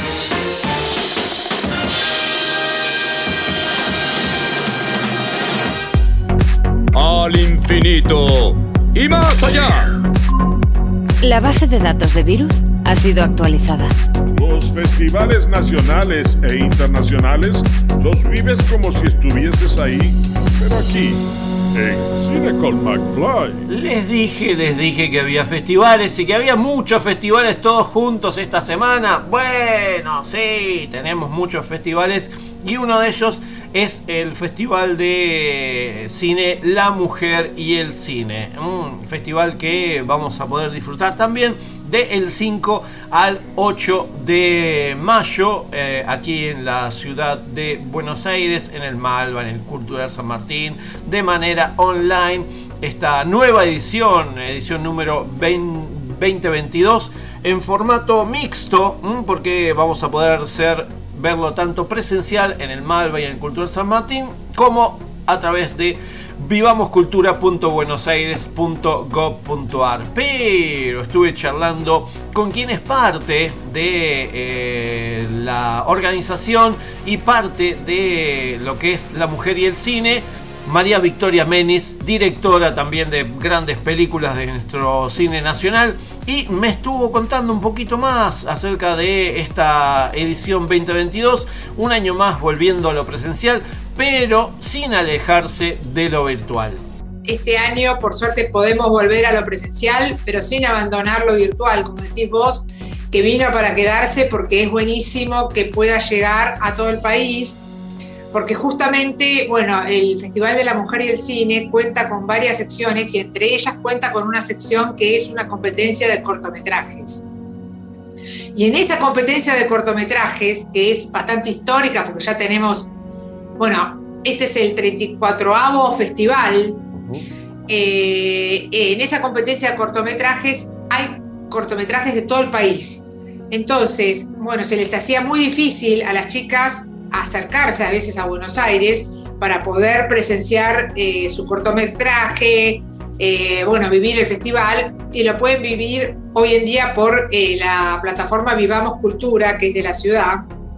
Al infinito y más allá. La base de datos de virus ha sido actualizada. Los festivales nacionales e internacionales los vives como si estuvieses ahí, pero aquí, en Cine con McFly. Les dije, les dije que había festivales y que había muchos festivales todos juntos esta semana. Bueno, sí, tenemos muchos festivales y uno de ellos es el Festival de Cine La Mujer y el Cine. Un festival que vamos a poder disfrutar también del cinco al ocho de mayo eh, aquí en la ciudad de Buenos Aires, en el Malva, en el Cultural San Martín, de manera online. Esta nueva edición, edición número veinte veintidós, en formato mixto, porque vamos a poder ser verlo tanto presencial en el Malva y en el Cultural San Martín, como a través de vivamos cultura punto buenos aires punto gov punto ar. Pero estuve charlando con quien es parte de eh, la organización y parte de lo que es La Mujer y el Cine, María Victoria Menis, directora también de grandes películas de nuestro cine nacional, y me estuvo contando un poquito más acerca de esta edición veinte veintidós, un año más volviendo a lo presencial, pero sin alejarse de lo virtual. Este año, por suerte, podemos volver a lo presencial, pero sin abandonar lo virtual, como decís vos, que vino para quedarse, porque es buenísimo que pueda llegar a todo el país, porque justamente, bueno, el Festival de la Mujer y el Cine cuenta con varias secciones, y entre ellas cuenta con una sección que es una competencia de cortometrajes. Y en esa competencia de cortometrajes, que es bastante histórica, porque ya tenemos, bueno, este es el treinta y cuatroavo festival, eh, en esa competencia de cortometrajes hay cortometrajes de todo el país. Entonces, bueno, se les hacía muy difícil a las chicas acercarse a veces a Buenos Aires para poder presenciar eh, su cortometraje, eh, bueno, vivir el festival, y lo pueden vivir hoy en día por eh, la plataforma Vivamos Cultura, que es de la ciudad,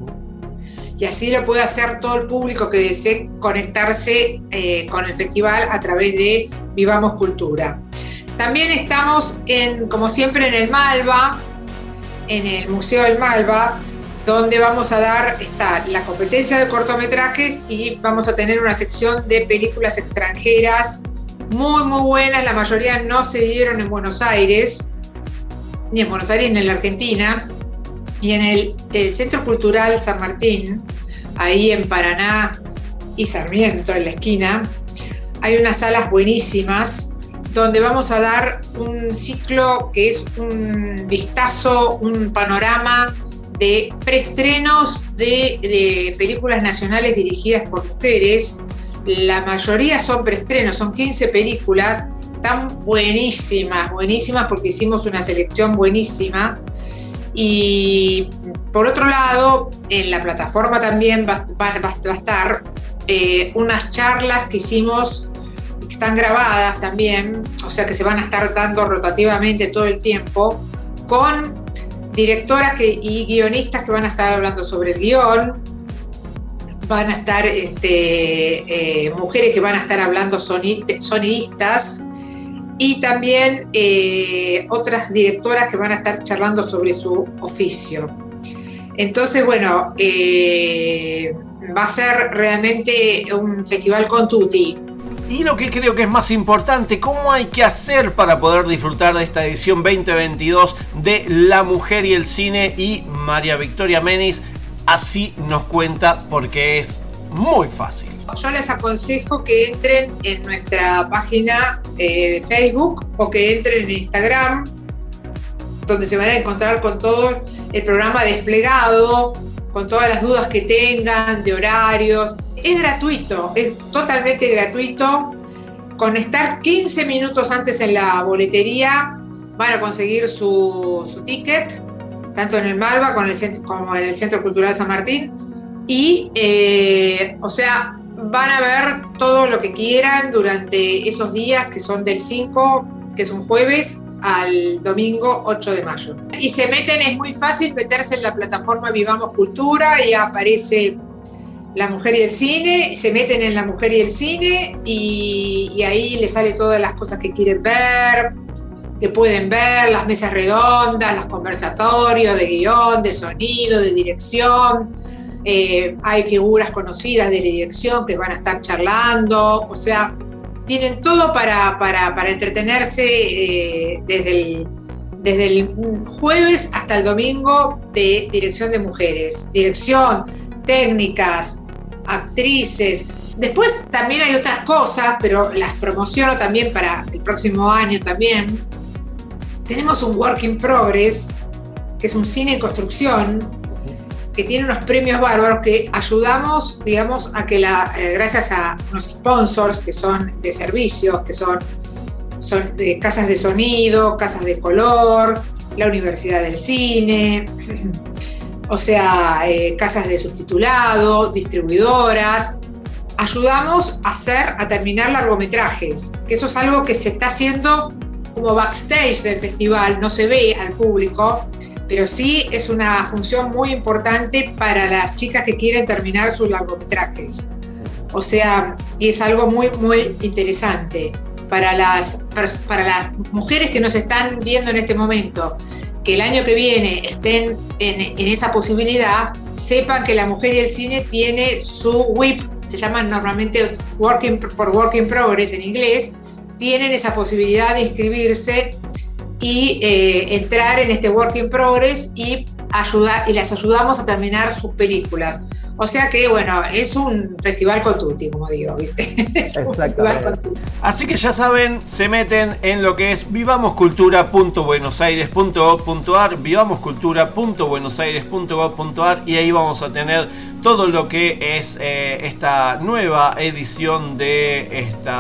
y así lo puede hacer todo el público que desee conectarse eh, con el festival a través de Vivamos Cultura. También estamos, en, como siempre, en el Malva, en el Museo del Malva, donde vamos a dar está la competencia de cortometrajes, y vamos a tener una sección de películas extranjeras muy muy buenas. La mayoría no se dieron en Buenos Aires, ni en Buenos Aires ni en la Argentina. Y en el, el Centro Cultural San Martín, ahí en Paraná y Sarmiento, en la esquina, hay unas salas buenísimas donde vamos a dar un ciclo que es un vistazo, un panorama de preestrenos de, de películas nacionales dirigidas por mujeres. La mayoría son preestrenos, son quince películas, están buenísimas, buenísimas porque hicimos una selección buenísima. Y por otro lado, en la plataforma también va, va, va a estar eh, unas charlas que hicimos, que están grabadas también, o sea que se van a estar dando rotativamente todo el tiempo, con directoras que, y guionistas que van a estar hablando sobre el guión. Van a estar este, eh, mujeres que van a estar hablando sonid- sonidistas, y también eh, otras directoras que van a estar charlando sobre su oficio. Entonces, bueno, eh, va a ser realmente un festival con tutti. Y lo que creo que es más importante, ¿cómo hay que hacer para poder disfrutar de esta edición veinte veintidós de La Mujer y el Cine? Y María Victoria Menis así nos cuenta, porque es muy fácil. Yo les aconsejo que entren en nuestra página eh, de Facebook, o que entren en Instagram, donde se van a encontrar con todo el programa desplegado, con todas las dudas que tengan de horarios. Es gratuito, es totalmente gratuito. Con estar quince minutos antes en la boletería van a conseguir su, su ticket, tanto en el Malva como en el Centro, como en el Centro Cultural San Martín. Y, eh, o sea, van a ver todo lo que quieran durante esos días, que son del cinco, que es un jueves, al domingo ocho de mayo. Y se meten, es muy fácil meterse en la plataforma Vivamos Cultura, y aparece La Mujer y el Cine, se meten en La Mujer y el Cine, y, y ahí les sale todas las cosas que quieren ver, que pueden ver, las mesas redondas, los conversatorios de guión, de sonido, de dirección. Eh, hay figuras conocidas de la dirección que van a estar charlando, o sea, tienen todo para, para, para entretenerse eh, desde, el, desde el jueves hasta el domingo, de dirección de mujeres, dirección, técnicas, actrices. Después también hay otras cosas, pero las promociono también para el próximo año también. Tenemos un Work in Progress, que es un cine en construcción, que tiene unos premios bárbaros, que ayudamos, digamos, a que la, eh, gracias a unos sponsors que son de servicios, que son, son de casas de sonido, casas de color, la Universidad del Cine, o sea, eh, casas de subtitulado, distribuidoras. Ayudamos a hacer, a terminar largometrajes, que eso es algo que se está haciendo como backstage del festival, no se ve al público, pero sí es una función muy importante para las chicas que quieren terminar sus largometrajes. O sea, y es algo muy, muy interesante para las, para las mujeres que nos están viendo en este momento, que el año que viene estén en, en esa posibilidad, sepan que La Mujer y el Cine tiene su W I P, se llaman normalmente working, por Work in Progress en inglés, tienen esa posibilidad de inscribirse y eh, entrar en este Work in Progress y, ayudar, y las ayudamos a terminar sus películas. O sea que, bueno, es un festival con tutti, como digo, ¿viste? Es un festival con tutti. Así que ya saben, se meten en lo que es vivamoscultura punto buenos aires punto gov punto ar, vivamoscultura punto buenos aires punto gov punto ar, y ahí vamos a tener todo lo que es eh, esta nueva edición de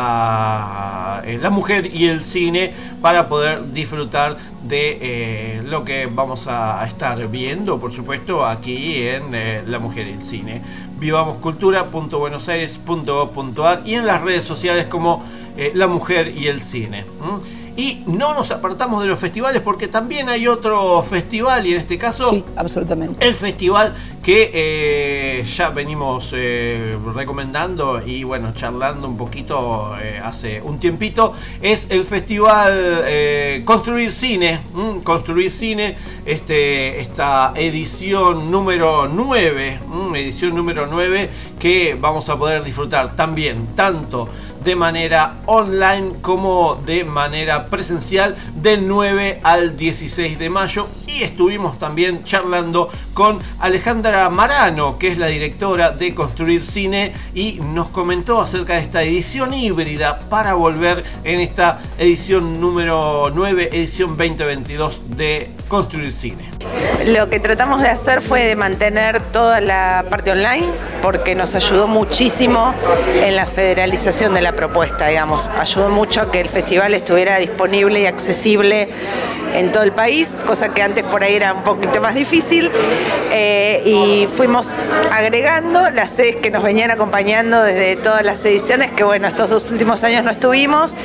esta eh, La Mujer y el Cine, para poder disfrutar de eh, lo que vamos a estar viendo, por supuesto, aquí en eh, La Mujer y el Cine. vivamoscultura punto buenos aires punto gov punto ar y en las redes sociales como eh, La Mujer y el Cine. ¿Mm? Y no nos apartamos de los festivales, porque también hay otro festival, y en este caso sí, absolutamente, el festival que eh, ya venimos eh, recomendando y bueno, charlando un poquito eh, hace un tiempito, es el festival eh, Construir Cine. ¿Mm? Construir Cine, este, esta edición número nueve, ¿Mm? edición número nueve, que vamos a poder disfrutar también tanto de manera online como de manera presencial del nueve al dieciséis de mayo. Y estuvimos también charlando con Alejandra Marano, que es la directora de Construir Cine, y nos comentó acerca de esta edición híbrida para volver en esta edición número nueve, edición veinte veintidós de Construir Cine. Lo que tratamos de hacer fue de mantener toda la parte online, porque nos ayudó muchísimo en la federalización de la propuesta, digamos. Ayudó mucho a que el festival estuviera disponible y accesible en todo el país, cosa que antes por ahí era un poquito más difícil, eh, y fuimos agregando las sedes que nos venían acompañando desde todas las ediciones, que bueno, estos dos últimos años no estuvimos,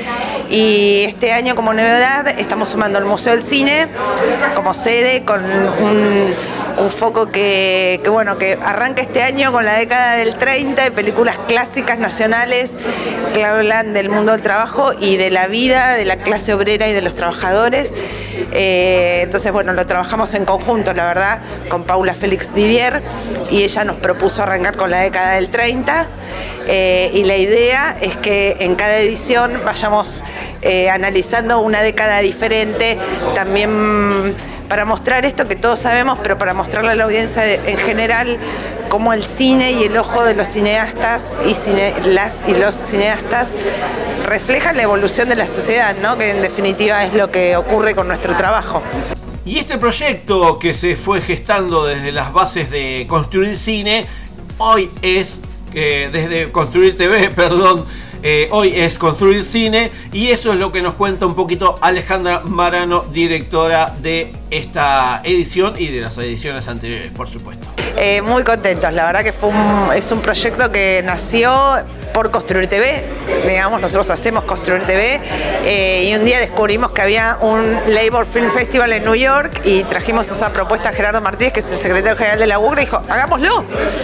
y este año como novedad estamos sumando el Museo del Cine como sede, con un, un foco que, que bueno, que arranca este año con la década del treinta, de películas clásicas nacionales que hablan del mundo del trabajo y de la vida de la clase obrera y de los trabajadores. Eh, entonces, bueno, lo trabajamos en conjunto, la verdad, con Paula Félix Didier, y ella nos propuso arrancar con la década del treinta, eh, y la idea es que en cada edición vayamos eh, analizando una década diferente, también para mostrar esto que todos sabemos, pero para mostrarle a la audiencia en general cómo el cine y el ojo de los cineastas y cine, las y los cineastas reflejan la evolución de la sociedad, ¿no? Que en definitiva es lo que ocurre con nuestro trabajo. Y este proyecto que se fue gestando desde las bases de Construir Cine, hoy es, eh, desde Construir T V, perdón, Eh, hoy es Construir Cine, y eso es lo que nos cuenta un poquito Alejandra Marano, directora de esta edición y de las ediciones anteriores, por supuesto. Eh, muy contentos, la verdad que fue un, es un proyecto que nació por Construir T V, digamos, nosotros hacemos Construir T V, eh, y un día descubrimos que había un Labor Film Festival en New York y trajimos esa propuesta a Gerardo Martínez, que es el secretario general de la U G R A, y dijo, hagámoslo.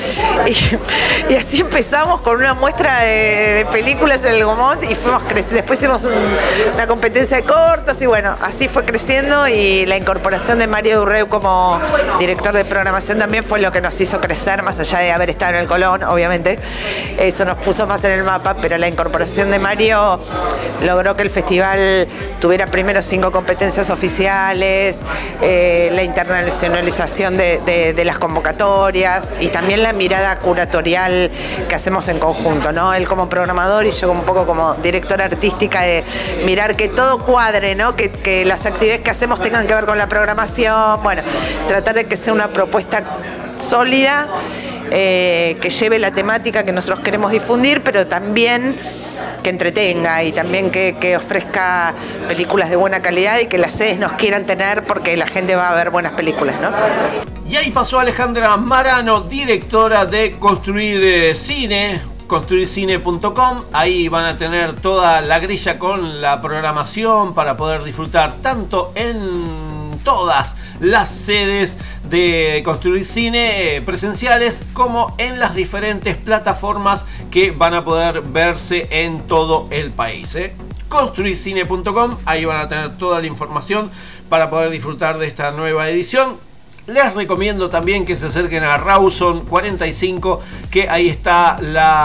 Y, y así empezamos con una muestra de, de películas en el Gomont y fuimos creciendo. Después hicimos un, una competencia de cortos y bueno, así fue creciendo, y la incorporación de Mario Durreu como director de programación también fue lo que nos hizo crecer, más allá de haber estado en el Colón, obviamente. Eso nos puso más en el mapa, pero la incorporación de Mario logró que el festival tuviera primero cinco competencias oficiales, eh, la internacionalización de, de, de las convocatorias y también la mirada curatorial que hacemos en conjunto, ¿no? Él como programador y yo un poco como directora artística, de mirar que todo cuadre, ¿no? Que, que las actividades que hacemos tengan que ver con la programación, bueno, tratar de que sea una propuesta sólida, eh, que lleve la temática que nosotros queremos difundir, pero también que entretenga y también que, que ofrezca películas de buena calidad y que las sedes nos quieran tener porque la gente va a ver buenas películas, ¿no? Y ahí pasó Alejandra Marano, directora de Construir eh, Cine, construir cine punto com. Ahí van a tener toda la grilla con la programación para poder disfrutar tanto en todas las sedes de Construir Cine, eh, presenciales como en las diferentes plataformas que van a poder verse en todo el país. ¿eh? construir cine punto com, ahí van a tener toda la información para poder disfrutar de esta nueva edición. Les recomiendo también que se acerquen a Rawson cuarenta y cinco, que ahí está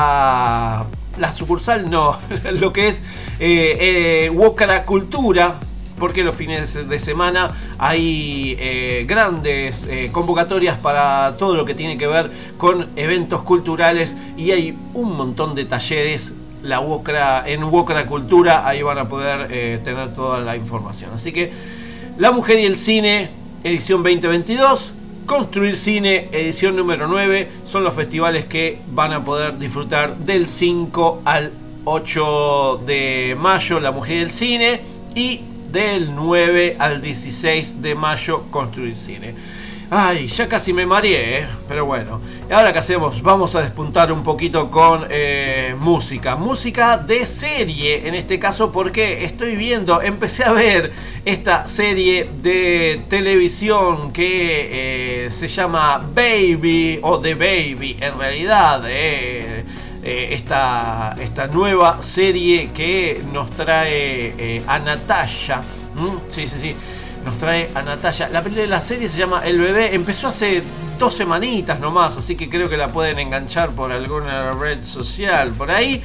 la, la sucursal, no, lo que es eh, eh, Wokra Cultura, porque los fines de semana hay eh, grandes eh, convocatorias para todo lo que tiene que ver con eventos culturales y hay un montón de talleres. La Wokra, en Wokra Cultura, ahí van a poder eh, tener toda la información. Así que La Mujer y el Cine, edición veinte veintidós, Construir Cine, edición número nueve, son los festivales que van a poder disfrutar del cinco al ocho de mayo, La Mujer y el Cine, y del nueve al dieciséis de mayo, Construir Cine. Ay, ya casi me mareé, ¿eh? Pero bueno. Ahora, ¿qué hacemos? Vamos a despuntar un poquito con eh, música. Música de serie, en este caso, porque estoy viendo, empecé a ver esta serie de televisión que eh, se llama Baby, o The Baby, en realidad. Eh, eh, esta, esta nueva serie que nos trae eh, a Natalia. ¿Mm? Sí, sí, sí. Nos trae a Natalia. La, la serie se llama El Bebé. Empezó hace dos semanitas nomás, así que creo que la pueden enganchar por alguna red social por ahí.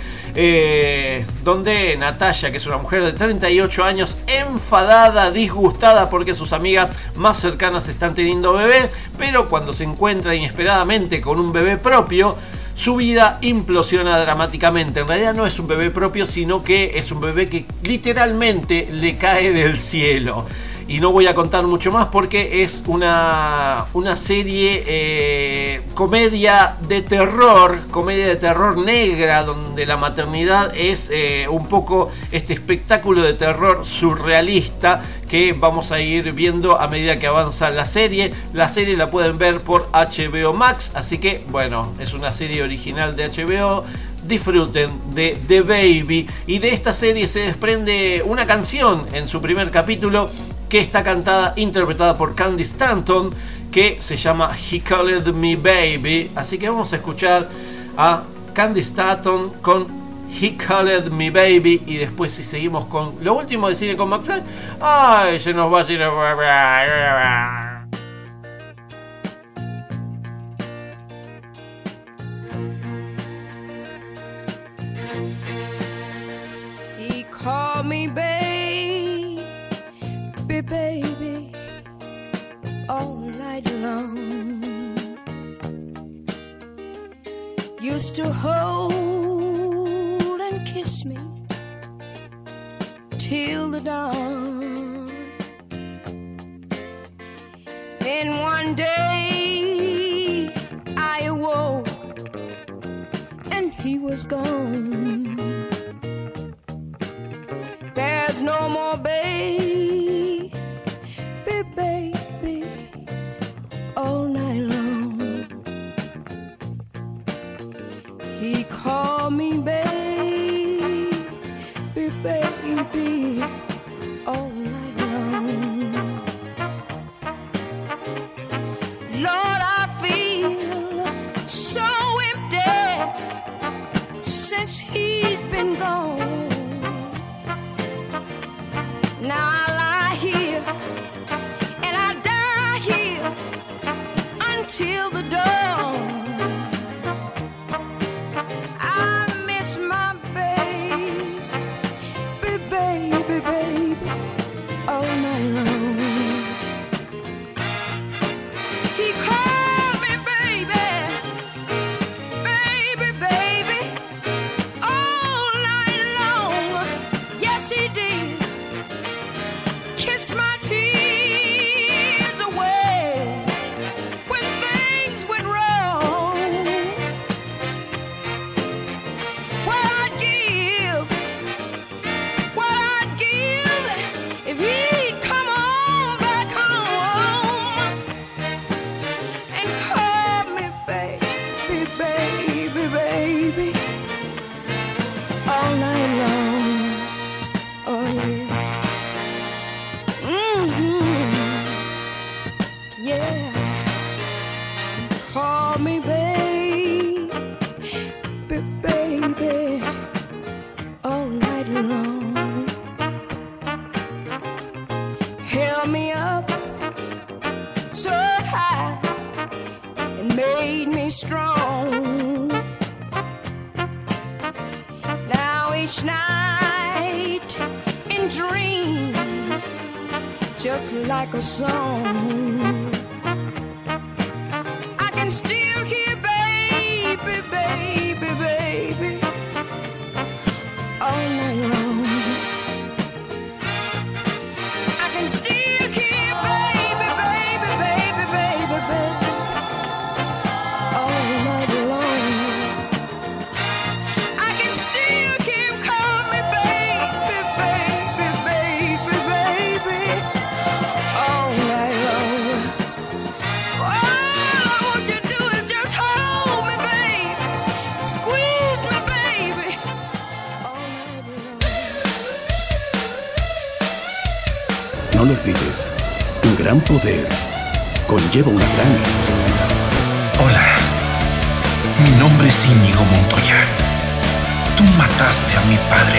Eh, donde Natalia, que es una mujer de treinta y ocho años, enfadada, disgustada porque sus amigas más cercanas están teniendo bebés, pero cuando se encuentra inesperadamente con un bebé propio, su vida implosiona dramáticamente. En realidad no es un bebé propio, sino que es un bebé que literalmente le cae del cielo. Y no voy a contar mucho más porque es una, una serie eh, comedia de terror, comedia de terror negra, donde la maternidad es eh, un poco este espectáculo de terror surrealista que vamos a ir viendo a medida que avanza la serie. La serie la pueden ver por H B O Max, así que bueno, es una serie original de H B O. Disfruten de The Baby, y de esta serie se desprende una canción en su primer capítulo que está cantada, interpretada por Candy Stanton, que se llama He Called Me Baby. Así que vamos a escuchar a Candy Stanton con He Called Me Baby, y después si seguimos con lo último de Cine con McFly, ay, se nos va a ir. Call me baby, baby, all night long. Used to hold and kiss me till the dawn. Then one day I awoke and he was gone. There's no more baby, baby, all night long. He called me baby, baby, all night long. Lord, I feel so empty since he's been gone. Now I lie here and I die here until the dawn. I miss my baby, baby, baby, all night long. He called me baby, baby, baby, all night long. Yes, he did. night in dreams, just like a song. I can still hear baby, baby, baby all night long. I can still hear baby, baby, baby, baby, baby all night long. I can still hear him call me baby, baby, baby, baby all night long. All I want you to do is just hold me, baby, squeeze me, baby all night long. No lo olvides, un gran poder conlleva una gran responsabilidad. Hola, mi nombre es Íñigo Montoya. Tú mataste a mi padre.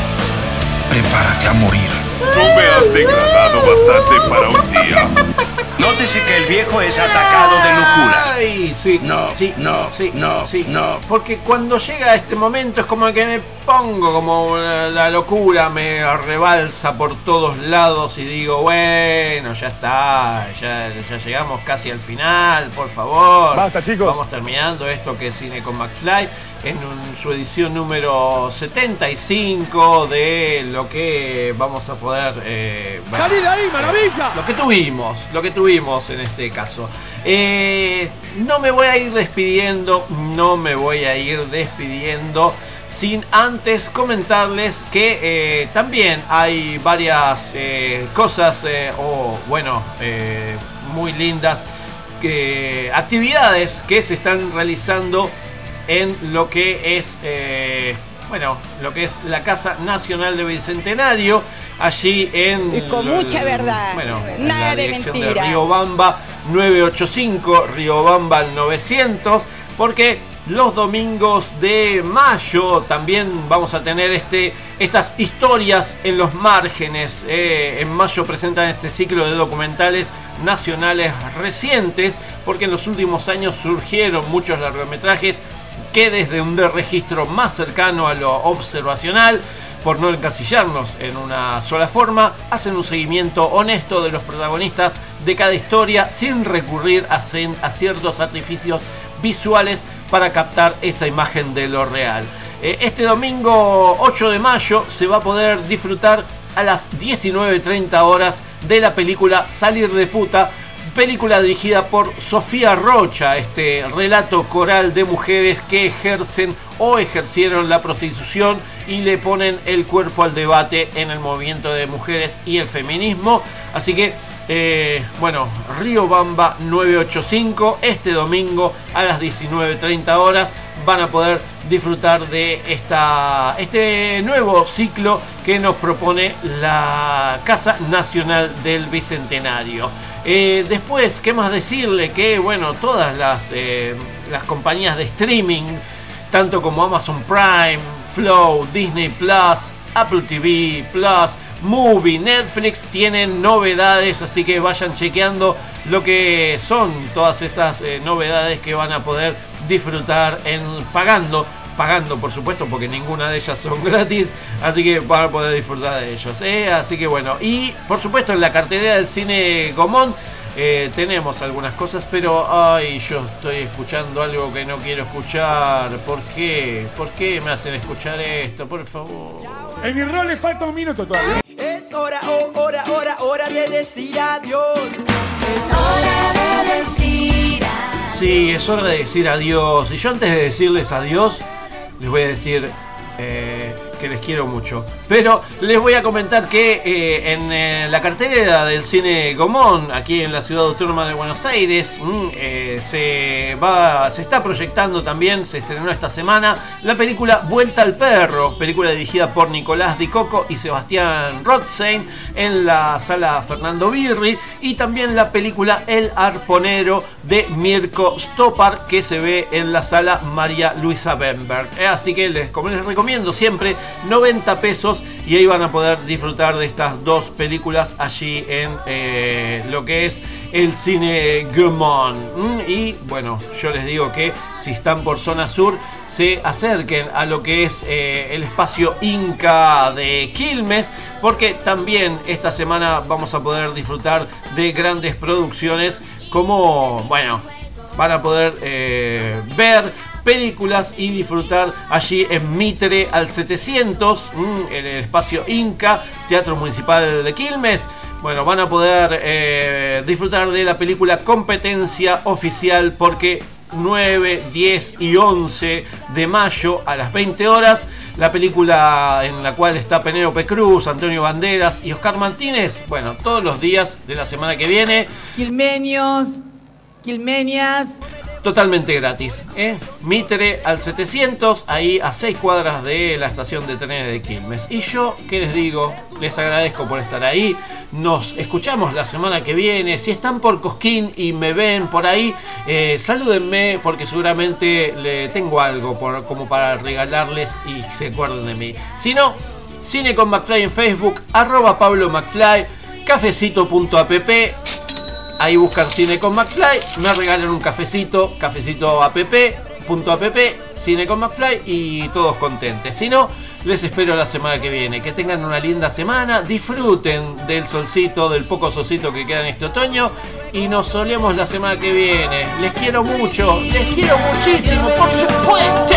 Prepárate a morir. No me has degradado bastante para un día. Nótese que el viejo es atacado de locura. Ay, sí, No, sí, no, sí, no, sí. no. Porque cuando llega este momento es como que me pongo como la, la locura, me rebalsa por todos lados y digo, bueno, ya está, ya, ya llegamos casi al final, por favor. Basta, chicos. Vamos terminando esto que es Cine con McFly en un- su edición número setenta y cinco de lo que vamos a poder eh, ver. ¡Salí de ahí, maravilla! Lo que tuvimos, lo que tuvimos en este caso. Eh, no me voy a ir despidiendo, no me voy a ir despidiendo sin antes comentarles que eh, también hay varias eh, cosas, eh, o bueno, eh, muy lindas, que, actividades que se están realizando en lo que es... Eh, bueno, lo que es la Casa Nacional de Bicentenario, allí en... Y con mucha verdad, Bueno, en nada la de dirección de mentira. Riobamba novecientos ochenta y cinco, Riobamba al novecientos, porque los domingos de mayo también vamos a tener este, estas historias en los márgenes. Eh, en mayo presentan este ciclo de documentales nacionales recientes, porque en los últimos años surgieron muchos largometrajes que desde un registro más cercano a lo observacional, por no encasillarnos en una sola forma, hacen un seguimiento honesto de los protagonistas de cada historia sin recurrir a, cien- a ciertos artificios visuales para captar esa imagen de lo real. Eh, este domingo ocho de mayo se va a poder disfrutar a las diecinueve treinta horas de la película Salir de Puta, película dirigida por Sofía Rocha, este relato coral de mujeres que ejercen o ejercieron la prostitución y le ponen el cuerpo al debate en el movimiento de mujeres y el feminismo. Así que, eh, bueno, Riobamba novecientos ochenta y cinco, este domingo a las diecinueve treinta horas van a poder disfrutar de esta, este nuevo ciclo que nos propone la Casa Nacional del Bicentenario. Eh, después, ¿qué más decirle? Que bueno, todas las, eh, las compañías de streaming, tanto como Amazon Prime, Flow, Disney Plus, Apple T V Plus, Movie, Netflix, tienen novedades, así que vayan chequeando lo que son todas esas eh, novedades que van a poder disfrutar en pagando. Pagando, por supuesto, porque ninguna de ellas son gratis, así que van a poder disfrutar de ellos, ¿eh? Así que bueno, y por supuesto en la cartelera del Cine Gomón eh, tenemos algunas cosas, pero ay, yo estoy escuchando algo que no quiero escuchar. ¿Por qué? ¿Por qué me hacen escuchar esto? Por favor. En mi rol le falta un minuto todavía. Es hora, oh, hora, hora, hora de decir adiós. Es hora de decir adiós. Sí, es hora de decir adiós. Y yo antes de decirles adiós, les voy a decir eh, que les quiero mucho. Pero les voy a comentar que eh, en eh, la cartelera del Cine Gomón, aquí en la ciudad autónoma de Buenos Aires, mm, eh, se, va, se está proyectando también, se estrenó esta semana, la película Vuelta al Perro, película dirigida por Nicolás Di Coco y Sebastián Rothstein en la sala Fernando Birri, y también la película El Arponero de Mirko Stoppard, que se ve en la sala María Luisa Bemberg. Eh, así que les, como les recomiendo siempre, noventa pesos y ahí van a poder disfrutar de estas dos películas allí en eh, lo que es el Cine Gaumont. Mm, y bueno, yo les digo que si están por zona sur, se acerquen a lo que es eh, el espacio Inca de Quilmes, porque también esta semana vamos a poder disfrutar de grandes producciones como, bueno, van a poder eh, ver películas y disfrutar allí en Mitre al setecientos, mmm, en el espacio Inca, Teatro Municipal de Quilmes. Bueno, van a poder eh, disfrutar de la película Competencia Oficial, porque nueve, diez y once de mayo a las veinte horas, la película en la cual está Penélope Cruz, Antonio Banderas y Oscar Martínez. Bueno, todos los días de la semana que viene. Quilmeños, quilmeñas. Totalmente gratis, ¿eh? Mitre al setecientos, ahí a seis cuadras de la estación de trenes de Quilmes. Y yo, ¿qué les digo? Les agradezco por estar ahí. Nos escuchamos la semana que viene. Si están por Cosquín y me ven por ahí, eh, salúdenme, porque seguramente le tengo algo por, como para regalarles y se acuerden de mí. Si no, Cine con McFly en Facebook, arroba Pablo McFly, cafecito punto app. Ahí buscan Cine con McFly, me regalan un cafecito, cafecito app, punto app, Cine con McFly y todos contentos. Si no, les espero la semana que viene. Que tengan una linda semana, disfruten del solcito, del poco solcito que queda en este otoño y nos solemos la semana que viene. Les quiero mucho, les quiero muchísimo, por supuesto.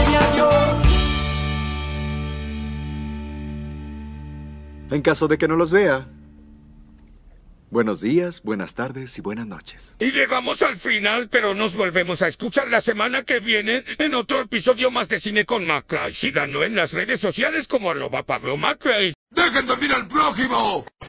En caso de que no los vea, buenos días, buenas tardes y buenas noches. Y llegamos al final, pero nos volvemos a escuchar la semana que viene en otro episodio más de Cine con McFly. Síganlo en las redes sociales como arroba Pablo McFly. ¡Dejen dormir al prójimo!